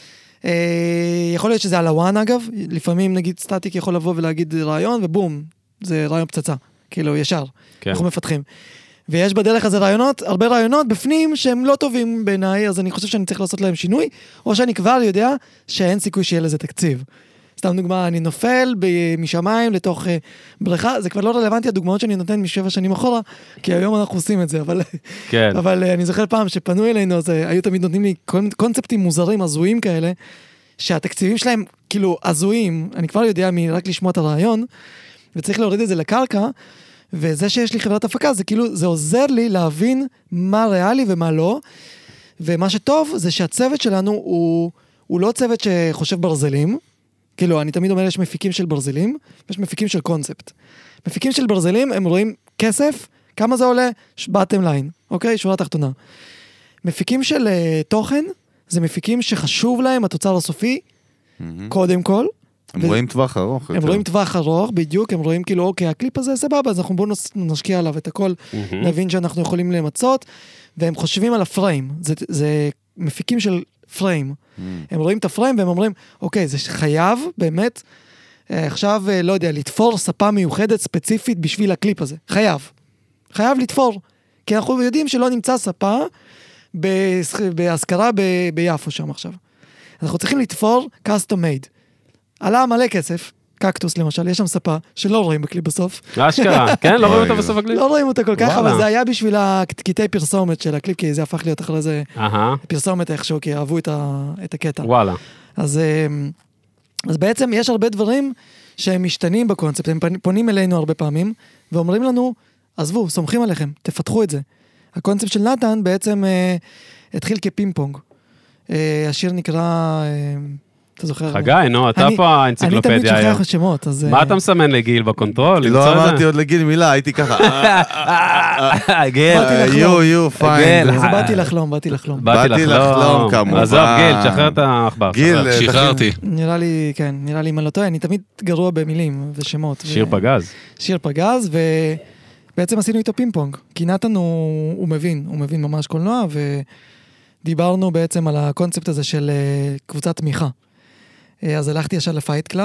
יכול להיות שזה על הוואן אגב, לפעמים נגיד סטטיק יכול לבוא ולהגיד רעיון, ובום, זה רעיון פצצה, כאילו ישר, אנחנו מפתחים. ויש בדרך הזה רעיונות, הרבה רעיונות בפנים שהם לא טובים בעיניי, אז אני חושב שאני צריך לעשות להם שינוי, או שאני כבר יודע שאין סיכוי שיהיה לזה תקציב. סתם דוגמה, אני נופל משמיים לתוך בריכה, זה כבר לא רלוונטי הדוגמאות שאני נותן משבע שנים אחורה, כי היום אנחנו עושים את זה, אבל, כן. אבל אני זוכר פעם שפנו אלינו, אז היו תמיד נותנים לי קונספטים מוזרים, הזויים כאלה, שהתקציבים שלהם כאילו הזויים, אני כבר יודע רק לשמוע את הרעיון, וצריך להוריד את זה לקרקע, וזה שיש לי חברת הפקה, זה כאילו, זה עוזר לי להבין מה ריאלי ומה לא, ומה שטוב זה שהצוות שלנו הוא, הוא לא צוות שחושב ברזלים, כאילו, אני תמיד אומר, יש מפיקים של ברזלים, ויש מפיקים של קונספט. מפיקים של ברזלים, הם רואים כסף, כמה זה עולה? bottom line, אוקיי? שורה תחתונה. מפיקים של uh, תוכן, זה מפיקים שחשוב להם התוצר הסופי, mm-hmm. קודם כל, הם רואים טווח ארוך. הם רואים טווח ארוך, בדיוק, הם רואים כאילו, אוקיי, הקליפ הזה סבבה, אז אנחנו בואו נשקיע עליו את הכל, נבין שאנחנו יכולים למצות, והם חושבים על הפריים, זה מפיקים של פריים. הם רואים את הפריים והם אומרים, אוקיי, זה חייב באמת, עכשיו, לא יודע, לתפור ספה מיוחדת ספציפית בשביל הקליפ הזה. חייב. חייב לתפור. כי אנחנו יודעים שלא נמצא ספה בהשכרה ביפו שם עכשיו. אנחנו צריכים לתפור custom made. עלה מלא כסף, קקטוס למשל, יש שם ספה שלא רואים בקליפ בסוף. אשכרה, כן? לא רואים אותה בסוף הקליפ? לא רואים אותה כל כך, אבל זה היה בשביל הקטעי פרסומת של הקליפ, כי זה הפך להיות אחרי זה פרסומת איכשהו, כי אהבו את הקטע. וואלה. אז בעצם יש הרבה דברים שהם משתנים בקונספט, הם פונים אלינו הרבה פעמים, ואומרים לנו, עזבו, סומכים עליכם, תפתחו את זה. הקונספט של נתן בעצם התחיל כפינג פונג. השיר נקרא... חגי, נו, אתה פה האנציקלופדיה. אני תמיד שוכח שמות, אז... מה אתה מסמן לגיל בקונטרול? לא אמרתי עוד לגיל מילה, הייתי ככה. גיל, יו, יו, פיין. אז באתי לחלום, באתי לחלום. באתי לחלום, כמובן. עזוב, גיל, תשחרר את העכבר. גיל, שחררתי. נראה לי, כן, נראה לי אם אני לא טועה, אני תמיד גרוע במילים ושמות. שיר פגז. שיר פגז, ובעצם עשינו איתו פינג פונג, כי נתן הוא מבין, הוא מבין ממש קולנוע, ודיברנו בעצם על הקונספט הזה של קבוצת תמיכה. אז הלכתי ישר לפייט קלאב,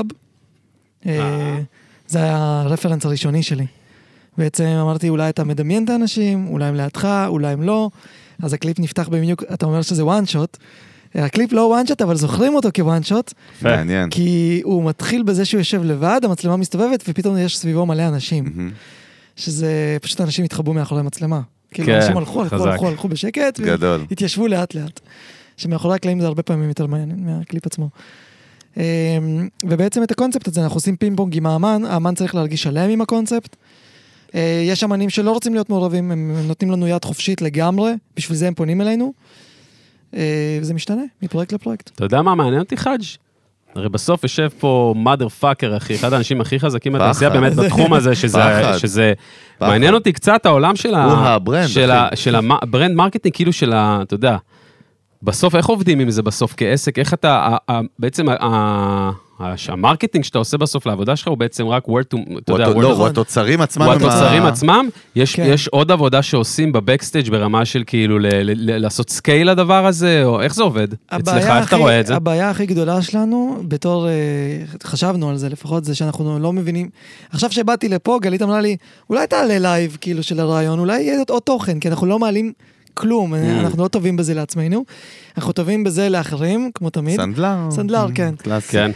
זה היה הרפרנס הראשוני שלי. בעצם אמרתי, אולי אתה מדמיין את האנשים, אולי הם לידך, אולי הם לא, אז הקליפ נפתח במיוק, אתה אומר שזה וואן שוט, הקליפ לא וואן שוט, אבל זוכרים אותו כוואן שוט, כי הוא מתחיל בזה שהוא יושב לבד, המצלמה מסתובבת, ופתאום יש סביבו מלא אנשים, שזה פשוט אנשים התחבאו מאחורי המצלמה. כאילו אנשים הלכו, הלכו, הלכו, הלכו בשקט, והתיישבו לאט לאט. שמאחורי הקלעים זה הרבה פעמים יותר מעניין מהקליפ עצמו. ובעצם את הקונספט הזה, אנחנו עושים פינג פונג עם האמן, האמן צריך להרגיש שלם עם הקונספט. יש אמנים שלא רוצים להיות מעורבים, הם נותנים לנו יד חופשית לגמרי, בשביל זה הם פונים אלינו, וזה משתנה, מפרויקט לפרויקט. אתה יודע מה מעניין אותי חאג'? הרי בסוף יושב פה mother fucker, אחי, אחד האנשים הכי חזקים בתעשייה באמת בתחום הזה, שזה מעניין אותי קצת העולם של הברנד מרקטינג, כאילו של ה, אתה יודע, בסוף, איך עובדים עם זה בסוף כעסק? איך אתה, בעצם המרקטינג שאתה עושה בסוף לעבודה שלך הוא בעצם רק word to, אתה יודע, לא, הוא התוצרים עצמם. הוא התוצרים עצמם, יש עוד עבודה שעושים בבקסטייג' ברמה של כאילו לעשות סקייל לדבר הזה, או איך זה עובד? אצלך, איך אתה רואה את זה? הבעיה הכי גדולה שלנו, בתור, חשבנו על זה לפחות, זה שאנחנו לא מבינים, עכשיו שבאתי לפה, גלית אמרה לי, אולי תעלה לייב כאילו של הרעיון, אולי יהיה עוד תוכן, כי אנחנו לא מעלים כלום, אנחנו לא טובים בזה לעצמנו, אנחנו טובים בזה לאחרים, כמו תמיד. סנדלר. סנדלר, כן. כן.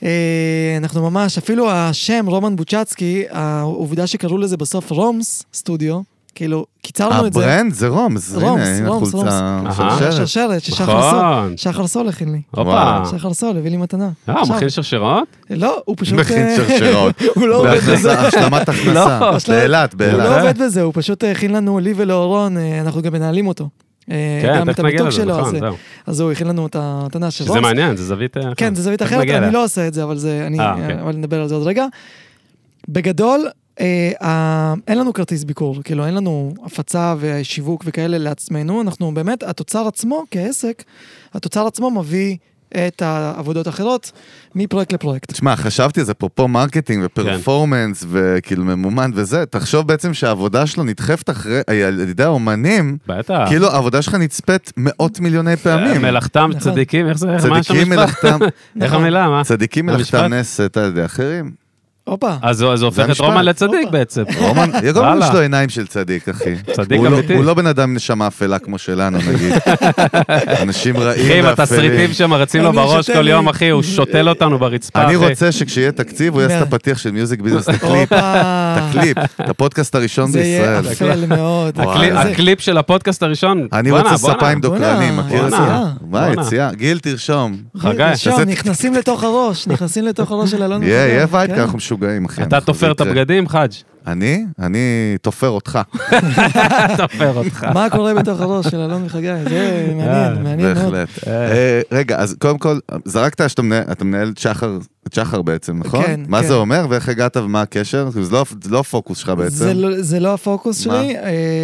אנחנו ממש, אפילו השם רומן בוצ'צקי, העובדה שקראו לזה בסוף רומס סטודיו, כאילו, קיצרנו את זה. הברנד זה רומס. רומס, רומס, רומס. שרשרת, ששחר סול הכין לי. שחר סול, הביא לי מתנה. אה, הוא מכין שרשרות? לא, הוא פשוט... מכין שרשרות. הוא לא עובד בזה. השלמת הכנסה. באילת, באילת. הוא לא עובד בזה, הוא פשוט הכין לנו, לי ולאורון, אנחנו גם מנהלים אותו. כן, תכף נגיע לזה, נכון, זהו. אז הוא הכין לנו את המתנה של רומס. שזה מעניין, זה זווית... כן, זה זווית אחרת, אני לא עושה את זה, אבל נדבר על זה עוד רגע. בגדול, אין לנו כרטיס ביקור, כאילו אין לנו הפצה ושיווק וכאלה לעצמנו, אנחנו באמת, התוצר עצמו כעסק, התוצר עצמו מביא את העבודות האחרות מפרויקט לפרויקט. תשמע, חשבתי, זה פה פה מרקטינג ופרפורמנס וכאילו ממומן וזה, תחשוב בעצם שהעבודה שלו נדחפת אחרי, על ידי האומנים, כאילו העבודה שלך נצפת מאות מיליוני פעמים. מלאכתם צדיקים, איך זה? צדיקים מלאכתם, איך המילה, מה? צדיקים מלאכתם נעשית על ידי אחרים. אופה. אז זה הופך את רומן לצדיק בעצם. רומן, יגון יש לו עיניים של צדיק, אחי. צדיק אמיתי. הוא לא בן אדם נשמה אפלה כמו שלנו, נגיד. אנשים רעים ואפלים. אחי, עם התסריטים שם רצים לו בראש כל יום, אחי, הוא שוטל אותנו ברצפה. אני רוצה שכשיהיה תקציב, הוא יעשה את הפתיח של מיוזיק ביזנס, את הקליפ. את הקליפ, את הפודקאסט הראשון בישראל. זה יהיה אפל מאוד. הקליפ של הפודקאסט הראשון. אני רוצה ספיים דוקרנים, מכיר את זה? מה, יציאה? גיל, תרשום. נכנסים לתוך הראש, נכנסים לתוך הראש של אלון. יהיה וייב, כי אנחנו משוגעים, אחי. אתה תופר את הבגדים, חאג'? אני? אני תופר אותך. תופר אותך. מה קורה בתוך הראש של אלון וחגי? זה מעניין, מעניין מאוד. בהחלט. רגע, אז קודם כל, זרקת שאתה מנהל את שחר בעצם, נכון? כן. מה זה אומר ואיך הגעת ומה הקשר? זה לא הפוקוס שלך בעצם. זה לא הפוקוס שלי.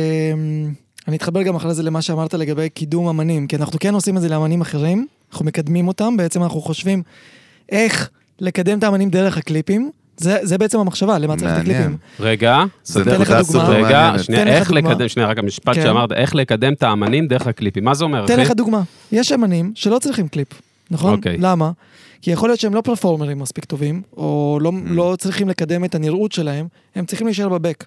אני אתחבר גם אחרי זה למה שאמרת לגבי קידום אמנים, כי אנחנו כן עושים את זה לאמנים אחרים, אנחנו מקדמים אותם, בעצם אנחנו חושבים איך לקדם את האמנים דרך הקליפים, זה, זה בעצם המחשבה, למה צריך את הקליפים. רגע, סדר לך דוגמה. רגע, שנייה, איך לקדם, שנייה, רק המשפט שאמרת, איך לקדם את האמנים דרך הקליפים, מה זה אומר, אחי? תן לך דוגמה, יש אמנים שלא צריכים קליפ, נכון? למה? כי יכול להיות שהם לא פרפורמרים מספיק טובים, או לא צריכים לקדם את הנראות שלהם, הם צריכים להישאר בבק.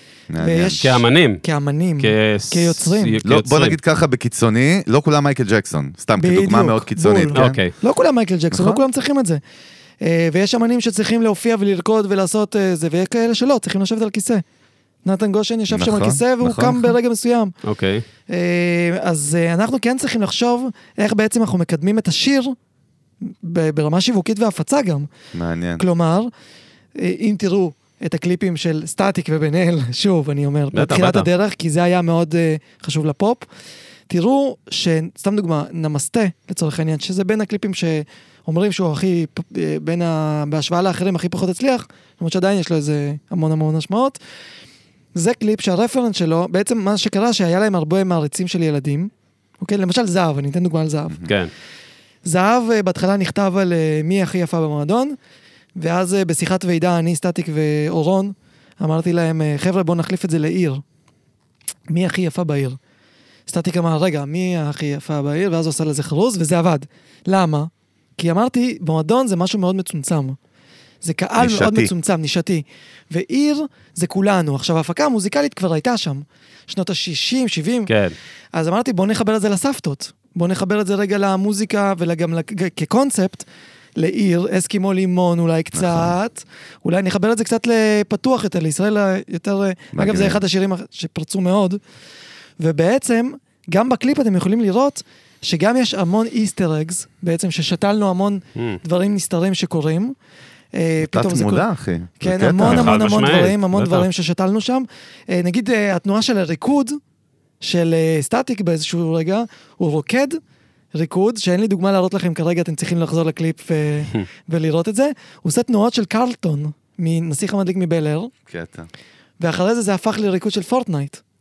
כאמנים. כאמנים, כיוצרים. בוא נגיד ככה בקיצוני, לא כולם מייקל ג'קסון, סתם כדוגמה מאוד קיצונית. לא כולם מייקל ג'קסון, לא כולם צריכים את זה. ויש אמנים שצריכים להופיע ולרקוד ולעשות זה, ויש כאלה שלא, צריכים לשבת על כיסא. נתן גושן ישב שם על כיסא והוא קם ברגע מסוים. אוקיי. אז אנחנו כן צריכים לחשוב איך בעצם אנחנו מקדמים את השיר ברמה שיווקית והפצה גם. מעניין. כלומר, אם תראו את הקליפים של סטטיק ובן-אל, שוב, אני אומר, בתחילת הדרך, כי זה היה מאוד חשוב לפופ, תראו שסתם דוגמה, נמסטה, לצורך העניין, שזה בין הקליפים שאומרים שהוא הכי, בין ה... בהשוואה לאחרים הכי פחות הצליח, למרות שעדיין יש לו איזה המון המון משמעות, זה קליפ שהרפרנס שלו, בעצם מה שקרה שהיה להם הרבה מעריצים של ילדים, אוקיי? למשל זהב, אני אתן דוגמה על זהב. כן. זהב בהתחלה נכתב על מי הכי יפה במועדון, ואז בשיחת ועידה, אני, סטטיק ואורון, אמרתי להם, חבר'ה, בואו נחליף את זה לעיר. מי הכי יפה בעיר? סטטיק אמר, רגע, מי הכי יפה בעיר? ואז הוא עושה לזה חרוז, וזה עבד. למה? כי אמרתי, במועדון זה משהו מאוד מצומצם. זה קהל נשתי. מאוד מצומצם, נשתי. ועיר זה כולנו. עכשיו, ההפקה המוזיקלית כבר הייתה שם. שנות ה-שישים, שבעים. כן. אז אמרתי, בואו נחבר את זה לסבתות. בואו נחבר את זה רגע למוזיקה, וגם כקונספט, לעיר, אסקימו לימון אולי קצת, אולי נחבר את זה קצת לפתוח יותר, לישראל יותר, אגב זה אחד השירים שפרצו מאוד, ובעצם גם בקליפ אתם יכולים לראות שגם יש המון איסטר אגס, בעצם ששתלנו המון דברים נסתרים שקורים. תת מודע, אחי. כן, המון המון המון דברים, המון דברים ששתלנו שם. נגיד התנועה של הריקוד, של סטטיק באיזשהו רגע, הוא רוקד, ריקוד, שאין לי דוגמה להראות לכם כרגע, אתם צריכים לחזור לקליפ ולראות את זה. הוא עושה תנועות של קרלטון, מנסיך המדליק מבלר. קטע. ואחרי זה זה הפך לריקוד של פורטנייט.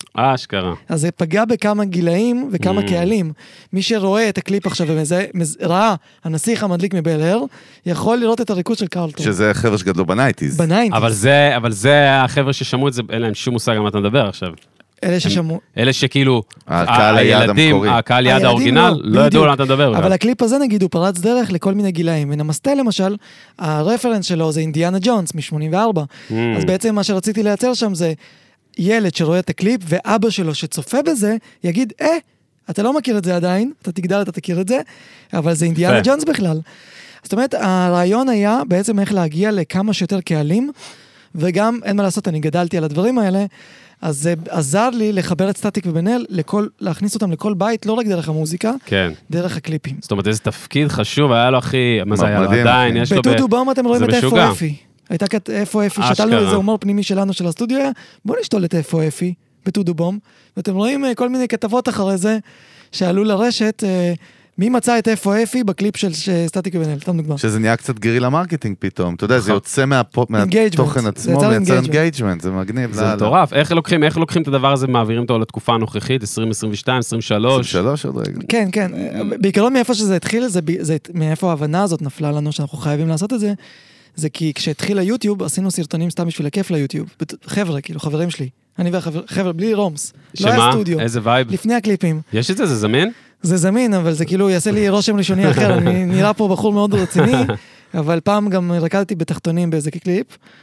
אה, אשכרה. אז זה פגע בכמה גילאים וכמה Mm. קהלים. מי שרואה את הקליפ עכשיו וראה הנסיך המדליק מבל הר, יכול לראות את הריקוד של קרלטון. שזה חבר'ה שגדלו בנייטיז. בנייטיז. אבל זה, אבל זה החבר'ה ששמעו את זה, אין להם שום מושג על מה אתה מדבר עכשיו. אלה ששמעו. אלה שכאילו, הקהל היעד המקורי. הקהל יעד הילדים האורגינל, לא, לא ידעו בדיוק. על מה אתה מדבר. אבל הקליפ הזה נגיד הוא פרץ דרך לכל מיני גילאים. ונמסטה למשל, הרפרנס שלו זה אינדיאנה ג'ונס מ-שמונים וארבע. Mm. אז בעצם מה שרציתי לייצר שם זה ילד שרואה את הקליפ, ואבא שלו שצופה בזה, יגיד, אה, אתה לא מכיר את זה עדיין, אתה תגדל, אתה תכיר את זה, אבל זה אינדיאנה ג'ונס בכלל. זאת אומרת, הרעיון היה בעצם איך להגיע לכמה שיותר קהלים, וגם, אין מה לעשות, אני גדלתי על הדברים האלה, אז זה עזר לי לחבר את סטטיק ובן אל, לכל, להכניס אותם לכל בית, לא רק דרך המוזיקה, כן. דרך הקליפים. זאת אומרת, איזה תפקיד חשוב היה לו, אחי, מה זה היה לו מדהים, עדיין, אחי. יש לו... בטודו בום אתם רואים זה את משוגע. איפה אפי. הייתה כת איפה אפי, אשכרה. שתלנו איזה הומור פנימי שלנו של הסטודיו, היה, בואו נשתול את איפה אפי, בטודו בום, ואתם רואים אה, כל מיני כתבות אחרי זה, שעלו לרשת, אה, מי מצא את איפה אפי בקליפ של סטטיק ובן אל, סתם דוגמה. שזה נהיה קצת גרילה מרקטינג פתאום, אתה יודע, זה יוצא מהתוכן עצמו, זה יצר מייצר engagement. אינגייג'מנט, זה מגניב. זה מטורף, איך לוקחים, איך לוקחים את הדבר הזה, מעבירים אותו לתקופה הנוכחית, עשרים עשרים ושתיים, עשרים ושלוש. עשרים ושלוש עוד רגע. כן, כן, בעיקרון מאיפה שזה התחיל, זה, זה מאיפה ההבנה הזאת נפלה לנו שאנחנו חייבים לעשות את זה, זה כי כשהתחיל היוטיוב, עשינו סרטונים סתם בשביל הכיף ליוטיוב, חבר'ה, כאילו, חברים שלי, אני והחבר'ה, בלי רומס, לא היה סטודיו, איזה וייב? לפני הקליפים. יש את זה? זה זמין? זה זמין, אבל זה כאילו יעשה לי רושם ראשוני אחר, אני נראה פה בחור מאוד רציני, אבל פעם גם רקדתי בתחתונים באיזה קליפ,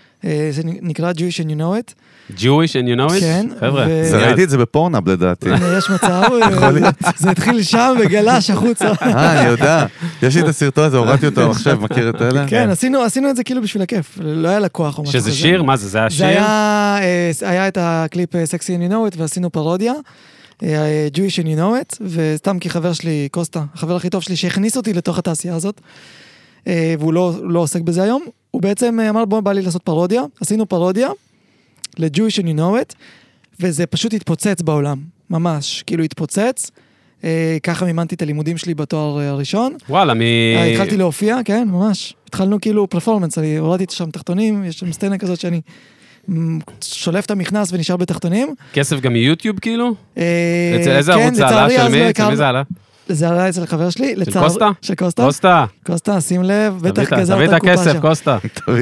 זה נקרא Jewish and you know it. Jewish and you know it? כן. חבר'ה. זה ראיתי את זה בפורנאפ לדעתי. יש מצב, זה התחיל שם וגלש החוצה. אה, אני יודע. יש לי את הסרטון הזה, הורדתי אותו עכשיו, מכיר את אלה? כן, עשינו את זה כאילו בשביל הכיף, לא היה לקוח או משהו כזה. שזה שיר? מה זה? זה היה שיר? זה היה את הקליפ Sexy and you know it, ועשינו פרודיה. Jewish and you know it, וסתם כי חבר שלי, קוסטה, החבר הכי טוב שלי, שהכניס אותי לתוך התעשייה הזאת, והוא לא, לא עוסק בזה היום, הוא בעצם אמר, בוא, בא לי לעשות פרודיה, עשינו פרודיה, ל-Jewish and you know it, וזה פשוט התפוצץ בעולם, ממש, כאילו התפוצץ, ככה מימנתי את הלימודים שלי בתואר הראשון. וואלה, מ... התחלתי להופיע, כן, ממש, התחלנו כאילו פרפורמנס, אני הורדתי שם תחתונים, יש שם סצנה כזאת שאני שולף את המכנס ונשאר בתחתונים. כסף גם מיוטיוב כאילו? כן, איזה ערוץ זה עלה? של מי? של מי זה עלה? זה עלה אצל חבר שלי. של קוסטה? של קוסטה. קוסטה. קוסטה, שים לב, בטח גזרת תביא את הכסף, קוסטה.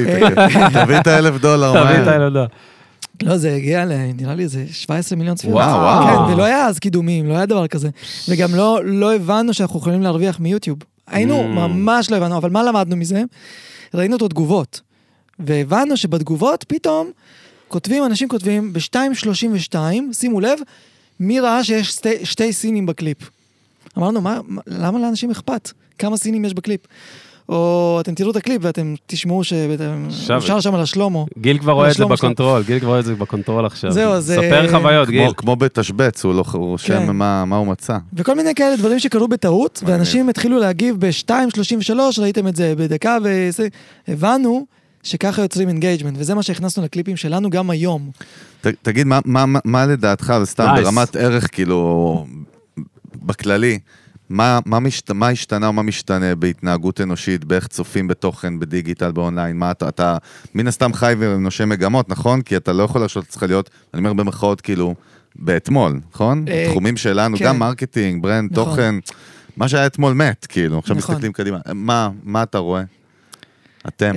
תביא את האלף דולר. תביא את האלף דולר. לא, זה הגיע, נראה לי, איזה שבע עשרה מיליון צפיות. וואו, וואו. כן, ולא היה אז קידומים, לא היה דבר כזה. וגם לא הבנו שאנחנו יכולים להרוויח מיוטיוב. היינו, ממש לא הבנו, אבל מה למדנו מזה? ראינו את התגובות. והבנו שבתגובות פתאום כותבים, אנשים כותבים ב-שתיים שלושים ושתיים, שימו לב, מי ראה שיש שתי, שתי סינים בקליפ? אמרנו, מה, למה לאנשים אכפת? כמה סינים יש בקליפ? או אתם תראו את הקליפ ואתם תשמעו שאפשר שם על השלומו. גיל כבר רואה את זה בקונטרול, גיל כבר רואה את זה בקונטרול עכשיו. זהו, אז... ספר חוויות, גיל. כמו בתשבץ, הוא רושם מה הוא מצא. וכל מיני כאלה דברים שקרו בטעות, ואנשים התחילו להגיב ב-שתיים שלושים ושלוש, ראיתם את זה בדקה, והבנו שככה יוצרים אינגייג'מנט, וזה מה שהכנסנו לקליפים שלנו גם היום. תגיד, מה לדעתך, וסתם ברמת ערך, כאילו, בכללי, מה, מה, משת, מה השתנה או מה משתנה בהתנהגות אנושית, באיך צופים בתוכן, בדיגיטל, באונליין? מה אתה, אתה מן הסתם חי ונושא מגמות, נכון? כי אתה לא יכול להרשות את צריכה להיות, אני אומר במחאות כאילו, באתמול, נכון? אה, תחומים שלנו, כן. גם מרקטינג, ברנד, נכון. תוכן, מה שהיה אתמול מת, כאילו, עכשיו נכון. מסתכלים קדימה. מה, מה אתה רואה? אתם?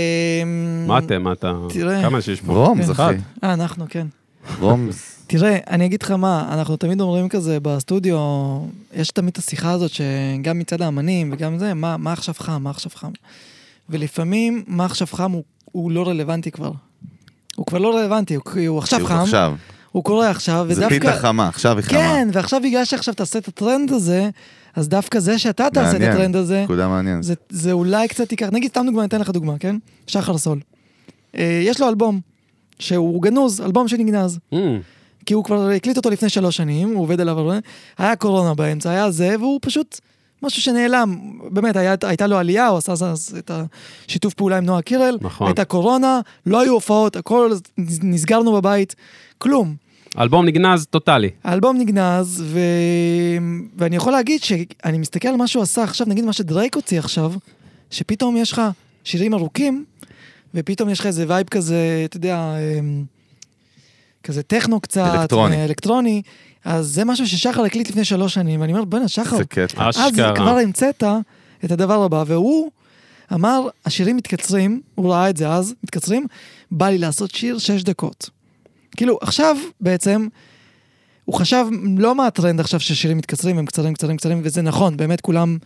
מה אתם? מה אתה? תראה. כמה שיש פה? רומז, כן. אחי. אה, אנחנו, כן. רומז. תראה, אני אגיד לך מה, אנחנו תמיד אומרים כזה בסטודיו, יש תמיד את השיחה הזאת שגם מצד האמנים וגם זה, מה, מה עכשיו חם, מה עכשיו חם. ולפעמים מה עכשיו חם הוא, הוא לא רלוונטי כבר. הוא כבר לא רלוונטי, הוא, הוא עכשיו הוא חם. עכשיו. הוא קורה עכשיו, זה ודווקא... פיתה חמה, עכשיו היא חמה. כן, ועכשיו בגלל שעכשיו תעשה את הטרנד הזה, אז דווקא זה שאתה תעשה את מעניין, הטרנד הזה, נקודה מעניין. זה, זה אולי קצת ייקח, נגיד סתם דוגמה, ניתן לך דוגמה, כן? שחר סול. אה, יש לו אלבום, שהוא גנוז, אלבום שנגנז. Mm. כי הוא כבר הקליט אותו לפני שלוש שנים, הוא עובד עליו, היה קורונה באמצע, היה זה, והוא פשוט משהו שנעלם. באמת, היה, הייתה לו עלייה, הוא עשה את השיתוף פעולה עם נועה קירל, נכון. הייתה קורונה, לא היו הופעות, הכל נסגרנו בבית, כלום. אלבום נגנז טוטלי. האלבום נגנז, ו... ואני יכול להגיד שאני מסתכל על מה שהוא עשה עכשיו, נגיד מה שדרייק הוציא עכשיו, שפתאום יש לך שירים ארוכים, ופתאום יש לך איזה וייב כזה, אתה יודע, כזה טכנו קצת, אלקטרוני. אלקטרוני, אז זה משהו ששחר הקליט לפני שלוש שנים, ואני אומר, בוא'נה, שחר, אז כבר המצאת את הדבר הבא, והוא אמר, השירים מתקצרים, הוא ראה את זה אז, מתקצרים, בא לי לעשות שיר שש דקות. כאילו, עכשיו בעצם, הוא חשב לא מה הטרנד עכשיו ששירים מתקצרים, הם קצרים, קצרים, קצרים, וזה נכון, באמת כולם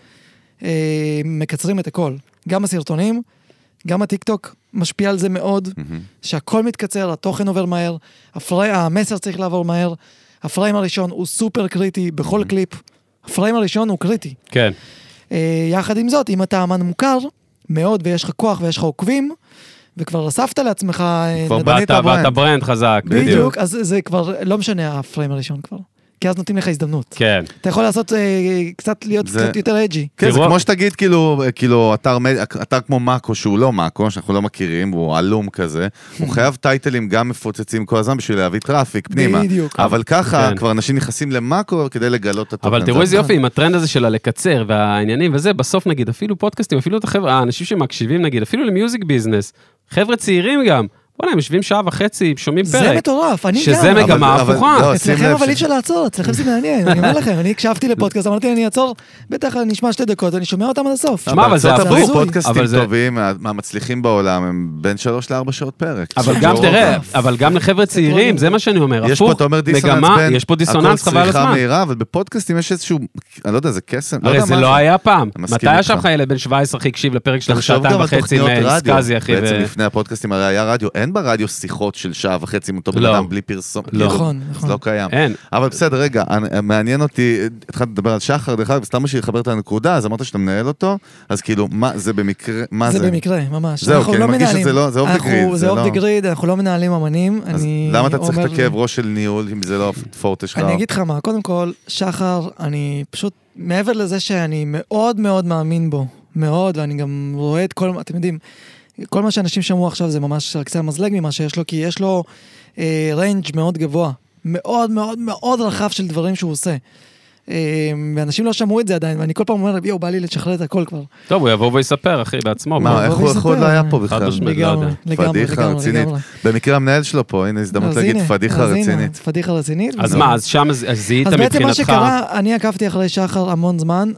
אה, מקצרים את הכל. גם הסרטונים, גם הטיקטוק משפיע על זה מאוד, mm-hmm. שהכל מתקצר, התוכן עובר מהר, הפרי, המסר צריך לעבור מהר, הפריים הראשון הוא סופר קריטי בכל mm-hmm. קליפ, הפריים הראשון הוא קריטי. כן. אה, יחד עם זאת, אם אתה אמן מוכר מאוד, ויש לך כוח ויש לך עוקבים, וכבר אספת לעצמך... כבר באת, באת ברנד חזק. בדיוק, אז זה כבר לא משנה הפריים הראשון כבר. כי אז נותנים לך הזדמנות. כן. אתה יכול לעשות, קצת להיות קצת יותר אג'י. כן, זה כמו שתגיד, כאילו, אתר כמו מאקו, שהוא לא מאקו, שאנחנו לא מכירים, הוא עלום כזה, הוא חייב טייטלים גם מפוצצים כל הזמן, בשביל להביא טראפיק פנימה. בדיוק. אבל ככה, כבר אנשים נכנסים למאקו, כדי לגלות את התוכן. אבל תראו איזה יופי, עם הטרנד הזה של הלקצר, והעניינים וזה, בסוף נגיד, אפילו פודקאסטים, אפילו את החבר'ה, האנשים שמקשיבים, נגיד, אפילו למיוזיק ביזנס, חבר'ה צעירים גם, בוא'נה, הם יושבים שעה וחצי, שומעים פרק. זה מטורף, אני גם. שזה מגמה הפוכה. אצלכם אבל אי אפשר לעצור, אצלכם זה מעניין, אני אומר לכם, אני הקשבתי לפודקאסט, אמרתי, אני אעצור, בטח נשמע שתי דקות, אני שומע אותם עד הסוף. שמע, אבל זה הפוך. פודקאסטים טובים, מהמצליחים בעולם, הם בין שלוש לארבע שעות פרק. אבל גם, תראה, אבל גם לחבר'ה צעירים, זה מה שאני אומר, יש פה, אתה אומר, דיסוננס בין, יש פה דיסוננס חבל על הזמן. מהירה, אבל בפודקאסטים יש איזשהו, אני לא יודע, זה קסם. הרי זה לא היה פעם. מתי ישב לך ילד בן שבע עשרה הקשיב לפרק שלנו שעתיים וחצי מסקאזי, אחי? בעצם לפני הפודקאסטים הרי היה רדיו, אין ברדיו שיחות של שעה וחצי עם אותו בן אדם בלי פרסום. נכון, נכון. זה לא קיים. אבל בסדר, רגע, מעניין אותי, התחלתי לדבר על שחר, דרך אגב, סתם בשביל לחבר את הנקודה, אז אמרת שאתה מנהל אותו, אז כאילו, מה זה במקרה, מה זה? זה במקרה, ממש. זהו, כי אני מרגיש שזה לא, זה אוף דה גריד. זה אוף דה גריד, אנחנו לא מנהלים אמנים. אז למה אתה צריך את הכאב ראש של ניהול, אם זה לא פורטה שלך? אני אגיד לך מה, קודם כל, שחר, אני פשוט, מעבר לזה שאני מאוד מאוד מאמין בו, מאוד, ואני גם רואה את כל, אתם יודעים, כל מה שאנשים שמעו עכשיו זה ממש על קצה המזלג ממה שיש לו, כי יש לו אה, ריינג' מאוד גבוה, מאוד מאוד מאוד רחב של דברים שהוא עושה. אה, ואנשים לא שמעו את זה עדיין, ואני כל פעם אומר, יו, בא לי לשחרר את הכל כבר. טוב, הוא יבוא ויספר, אחי, בעצמו. מה, איך הוא עוד לא היה פה בכלל? לגמרי, לגמרי, פדיחה רצינית. במקרה המנהל שלו פה, הנה הזדמנות להגיד פדיחה רצינית. פדיחה רצינית. אז מה, אז שם זיהית מבחינתך? אז בעצם מה שקרה, אני עקבתי אחרי שחר המון זמן,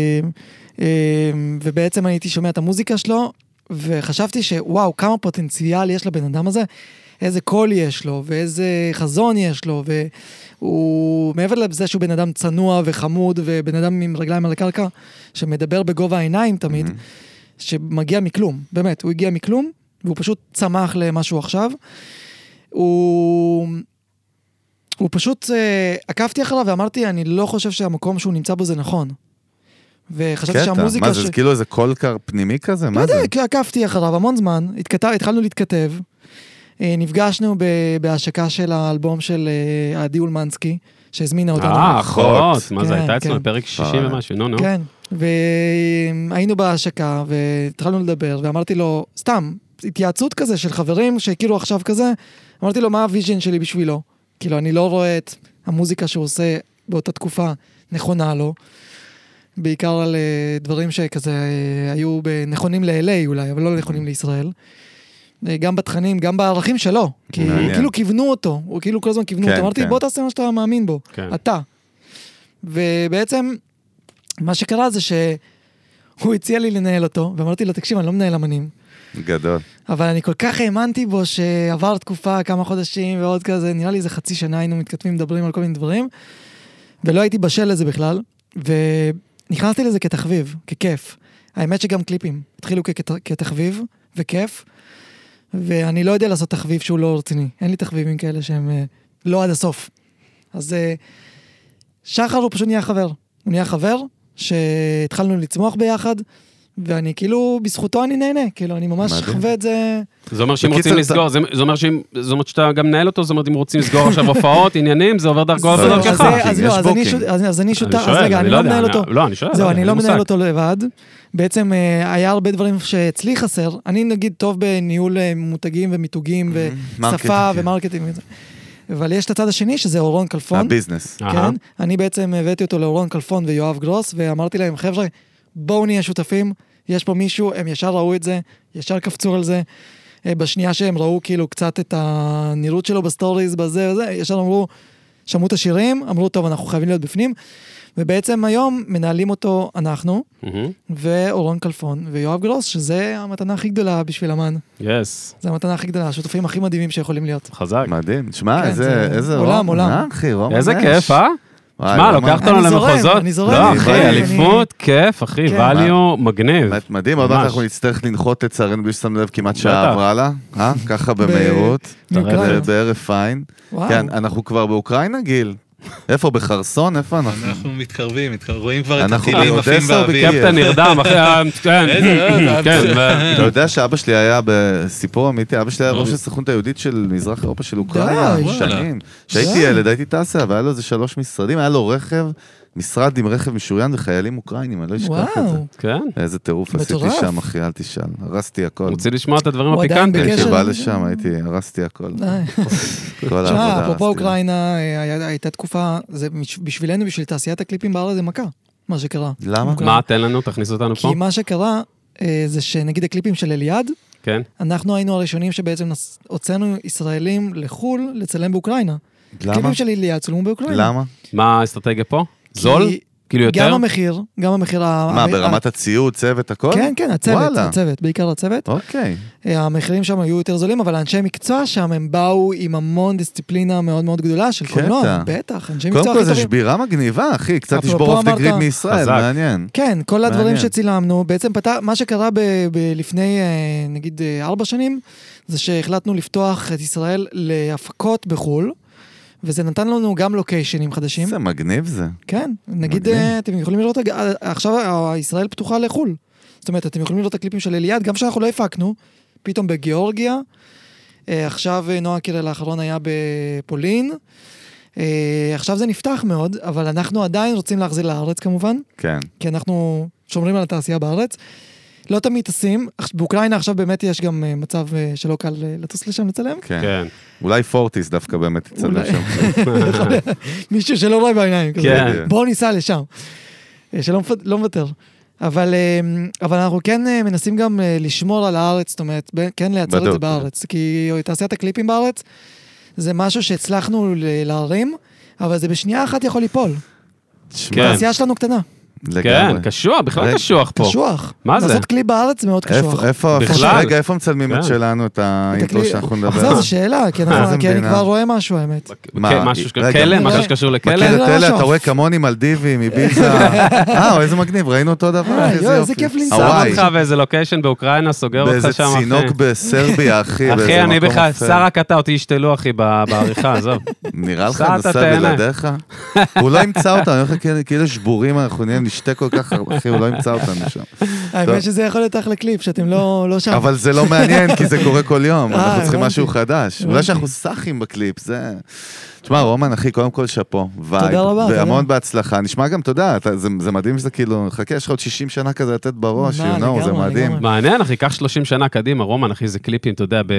ובעצם אני הייתי שומע את המוזיקה שלו, וחשבתי שוואו, כמה פוטנציאל יש לבן אדם הזה, איזה קול יש לו, ואיזה חזון יש לו, והוא, מעבר לזה שהוא בן אדם צנוע וחמוד, ובן אדם עם רגליים על הקרקע, שמדבר בגובה העיניים תמיד, mm-hmm. שמגיע מכלום, באמת, הוא הגיע מכלום, והוא פשוט צמח למשהו עכשיו. הוא, הוא פשוט, עקבתי אחריו ואמרתי, אני לא חושב שהמקום שהוא נמצא בו זה נכון. וחשבתי שהמוזיקה... מה זה, כאילו איזה קולקר פנימי כזה? מה זה? עקבתי אחריו המון זמן, התחלנו להתכתב, נפגשנו בהשקה של האלבום של עדי אולמנסקי, שהזמינה אותנו. אה, אחות, מה זה, הייתה אצלנו בפרק שישים ומשהו, נו, נו. כן, והיינו בהשקה, והתחלנו לדבר, ואמרתי לו, סתם, התייעצות כזה של חברים שהכירו עכשיו כזה, אמרתי לו, מה הוויז'ן שלי בשבילו? כאילו, אני לא רואה את המוזיקה שהוא עושה באותה תקופה נכונה לו, בעיקר על דברים שכזה היו נכונים ל-אל איי אולי, אבל לא נכונים לישראל. גם בתכנים, גם בערכים שלו. כי כאילו כיוונו אותו, הוא כאילו כל הזמן כיוונו אותו. אמרתי, בוא תעשה מה שאתה מאמין בו. אתה. ובעצם, מה שקרה זה שהוא הציע לי לנהל אותו, ואמרתי לו, תקשיב, אני לא מנהל אמנים. גדול. אבל אני כל כך האמנתי בו שעבר תקופה, כמה חודשים ועוד כזה, נראה לי איזה חצי שנה היינו מתכתבים, מדברים על כל מיני דברים, ולא הייתי בשל לזה בכלל, ונכנסתי לזה כתחביב, ככיף. האמת שגם קליפים התחילו כתחביב וכיף, ואני לא יודע לעשות תחביב שהוא לא רציני. אין לי תחביבים כאלה שהם לא עד הסוף. אז שחר הוא פשוט נהיה חבר. הוא נהיה חבר שהתחלנו לצמוח ביחד, ואני כאילו, בזכותו אני נהנה, כאילו, אני ממש חווה את זה. זה אומר שאם רוצים לסגור, זה אומר שאם, זה אומר שאתה גם מנהל אותו, זאת אומרת, אם רוצים לסגור עכשיו הופעות, עניינים, זה עובר דרכו עובר דרכך. אז לא, אז אני שותף, אז רגע, אני לא מנהל אותו. לא, אני שואל. זהו, אני לא מנהל אותו לבד. בעצם היה הרבה דברים שאצלי חסר. אני נגיד טוב בניהול מותגים ומיתוגים ושפה ומרקטינג וזה. אבל יש את הצד השני, שזה אורון כלפון. הביזנס. כן. אני בעצם הבאתי אותו לאורון כלפון ויואב גרוס, ואמרתי להם, חבר'ה, בואו נהיה שותפים, יש פה מישהו, הם ישר ראו את זה, ישר קפצו על זה, בשנייה שהם ראו כאילו קצת את הנראות שלו בסטוריז, בזה וזה, ישר אמרו, שמעו את השירים, אמרו, טוב, אנחנו חייבים להיות בפנים, ובעצם היום מנהלים אותו אנחנו, ואורון כלפון, ויואב גרוס, שזה המתנה הכי גדולה בשביל אמן. יס. זה המתנה הכי גדולה, השותפים הכי מדהימים שיכולים להיות. חזק. מדהים. תשמע, איזה עולם, עולם. איזה כיף, אה? תשמע, לוקחת אותנו למחוזות. אני זורם, לא, אחי, אליפות, כיף, אחי, ואליו, מגניב. מדהים, עוד מעט אנחנו נצטרך לנחות לצערנו בלי ששם לב כמעט שעה עברה לה, אה? ככה במהירות, בערב פיין. כן, אנחנו כבר באוקראינה, גיל. איפה, בחרסון? איפה אנחנו? אנחנו מתקרבים, רואים כבר את הטילים עפים באוויר. קפטן נרדם, אחי, כן, כן. אתה יודע שאבא שלי היה, בסיפור אמיתי, אבא שלי היה ראש הסוכנות היהודית של מזרח אירופה של אוקראינה, שנים. כשהייתי ילד, הייתי טסה, והיה לו איזה שלוש משרדים, היה לו רכב, משרד עם רכב משוריין וחיילים אוקראינים, אני לא אשכח את זה. כן. איזה טירוף עשיתי שם, אחי, אל תשאל. הרסתי הכל. רוצה לשמוע את הדברים הפיקנטיים. הייתי בא לשם, הייתי, הרסתי הכל. תשמע, אפרופו אוקראינה, הייתה תקופה, בשבילנו, בשביל תעשיית הקליפים בארץ, זה מכה, מה שקרה. למה? מה, תן לנו, תכניס אותנו פה. כי מה שקרה, זה שנגיד הקליפים של אליעד, כן. אנחנו היינו הראשונים שבעצם הוצאנו ישראלים לחול לצלם באוקראינה. למה? קליפים של אליעד צולמו באוקראינה. למה? מה האסטרטגיה פה? זול? כאילו יותר? גם המחיר, גם המחיר... מה, ברמת הציוד, צוות, הכל? כן, כן, הצוות, הצוות, בעיקר הצוות. אוקיי. המחירים שם היו יותר זולים, אבל אנשי מקצוע שם, הם באו עם המון דיסציפלינה מאוד מאוד גדולה של קולנוע, בטח, אנשי מקצוע הכי טובים. קודם כל זה שבירה מגניבה, אחי, קצת לשבור אוף דה גריד מישראל, מעניין. כן, כל הדברים שצילמנו, בעצם מה שקרה לפני, נגיד, ארבע שנים, זה שהחלטנו לפתוח את ישראל להפקות בחול, וזה נתן לנו גם לוקיישנים חדשים. זה מגניב זה. כן, נגיד, אתם יכולים לראות, עכשיו ישראל פתוחה לחול. זאת אומרת, אתם יכולים לראות את הקליפים של אליעד, גם שאנחנו לא הפקנו, פתאום בגיאורגיה, עכשיו נועה קירל האחרון היה בפולין, עכשיו זה נפתח מאוד, אבל אנחנו עדיין רוצים להחזיר לארץ כמובן. כן. כי אנחנו שומרים על התעשייה בארץ. לא תמיד טסים, באוקראינה עכשיו באמת יש גם מצב שלא קל לטוס לשם לצלם. כן. אולי פורטיס דווקא באמת יצלם לשם. מישהו שלא רואה בעיניים. בואו ניסע לשם. שלא מוותר. אבל אנחנו כן מנסים גם לשמור על הארץ, זאת אומרת, כן לייצר את זה בארץ. כי תעשיית הקליפים בארץ, זה משהו שהצלחנו להרים, אבל זה בשנייה אחת יכול ליפול. התעשייה שלנו קטנה. כן, קשוח, בכלל קשוח פה. קשוח. מה זה? לעשות קליפ בארץ זה מאוד קשוח. איפה, רגע, איפה מצלמים את שלנו, את האינטרו שאנחנו נדבר? זהו, זו שאלה, כי אני כבר רואה משהו, האמת. משהו כלא, משהו שקשור לכלא? מכיר את אלה, אתה רואה כמוני מלדיבים, מביזה. אה, איזה מגניב, ראינו אותו דבר. איזה כיף לנסוע. שם אותך באיזה לוקיישן באוקראינה, סוגר אותך שם, אחי. באיזה צינוק בסרביה, אחי. אחי, אני בכלל, שרה קטע אותי ישתלו, אחי, בעריכה, עזוב. נראה לך, נסע בלעדיך? הוא לא ימצא אותנו, אני אומר כאילו שבורים, אנחנו נהיה נשתה כל כך, אחי, הוא לא ימצא אותנו שם. האמת שזה יכול להיות אחלה קליפ, שאתם לא שם. אבל זה לא מעניין, כי זה קורה כל יום. אנחנו צריכים משהו חדש. אולי שאנחנו סחים בקליפ, זה... תשמע, רומן, אחי, קודם כל שפו, וייב, והמון בהצלחה. נשמע גם, תודה, זה מדהים שזה כאילו, חכה, יש לך עוד שישים שנה כזה לתת בראש, זה מדהים. מעניין, אחי, קח שלושים שנה קדימה, רומן, אחי, זה קליפים, אתה יודע,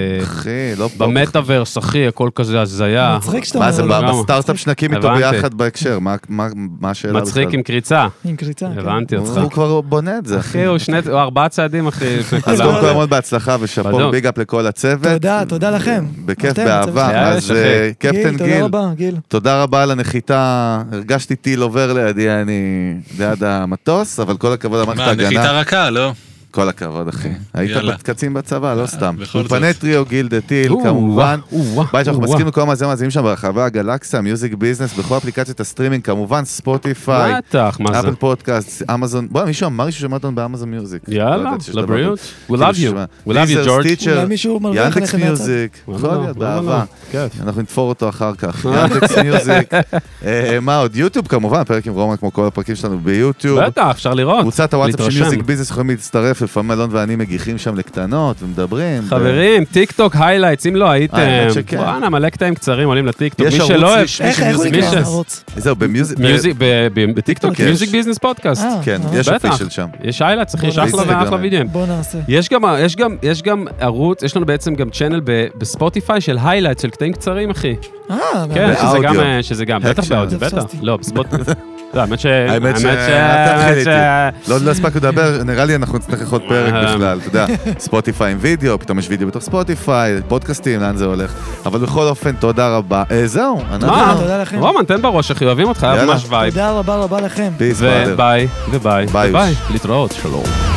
במטאברס, אחי, הכל כזה הזיה. מצחיק שאתה מה זה, בסטארט-אפ שנקים איתו ביחד בהקשר, מה השאלה? מצחיק עם קריצה. עם קריצה. הבנתי אותך. הוא כבר בונה את זה, אחי, הוא ארבעה צעדים, אחי. אז קודם כל המון בהצלחה ושפו, ביג אפ לכל הצוות. תודה, תודה לכם. בכיף, באהבה. אז קפטן גיל, תודה רבה על הנחיתה, הרגשתי טיל עובר לידי, אני ליד המטוס, אבל כל הכבוד אמרת הגנה. מה, נחיתה רכה, לא? כל הכבוד, אחי. היית קצין בצבא, לא סתם. אולפני טריו, גיל דה טיל, כמובן. ביי, שאנחנו מסכים לכל מה זה מאזינים שם ברחבי הגלקסיה, מיוזיק ביזנס, בכל אפליקציות הסטרימינג, כמובן, ספוטיפיי, אפל פודקאסט, אמזון. בוא, מישהו אמר לי ששמע אותנו באמזון מיוזיק. יאללה, לבריאות. We love you. We love you, ג'ורג'. ינדקס מיוזיק. יכול להיות, באהבה. אנחנו נתפור אותו אחר כך. ינדקס מיוזיק. מה עוד? יוטיוב, כמובן, פרק עם רומן, כמו כל הפרקים שלנו ביוטיוב. בטח, אפשר לראות. קבוצת הוואטסאפ של מיוזיק ביזנס יכולים להצטרף, לפעמים אלון ואני מגיחים שם לקטנות ומדברים. חברים, טיק טוק, היילייטס, אם לא הייתם, בואנה, מלא קטעים קצרים עולים לטיק טוק. מי שלא אוהב, איך הוא נקרא הערוץ? זהו, במיוזיק... בטיק טוק, מיוזיק ביזנס פודקאסט. כן, יש אופישל שם. יש היילייטס, אחי, יש אחלה ואחלה וידאוים. בוא נעשה. יש גם ערוץ, יש לנו בעצם גם צ'אנל בספוטיפיי של היילייטס, של קטעים קצרים, אחי. אה, כן, שזה גם, בטח באודיו, בטח. לא, בספוטיפיי. האמת ש... האמת ש... לא הספקנו לדבר, נראה לי אנחנו נצטרך עוד פרק בכלל, אתה יודע, ספוטיפיי עם וידאו, פתאום יש וידאו בתוך ספוטיפיי, פודקאסטים, לאן זה הולך. אבל בכל אופן, תודה רבה. זהו. תודה לכם. רומן, תן בראש, אחי, אוהבים אותך, ממש וייב. תודה רבה רבה לכם. פיס, וביי, וביי, וביי. להתראות, שלום.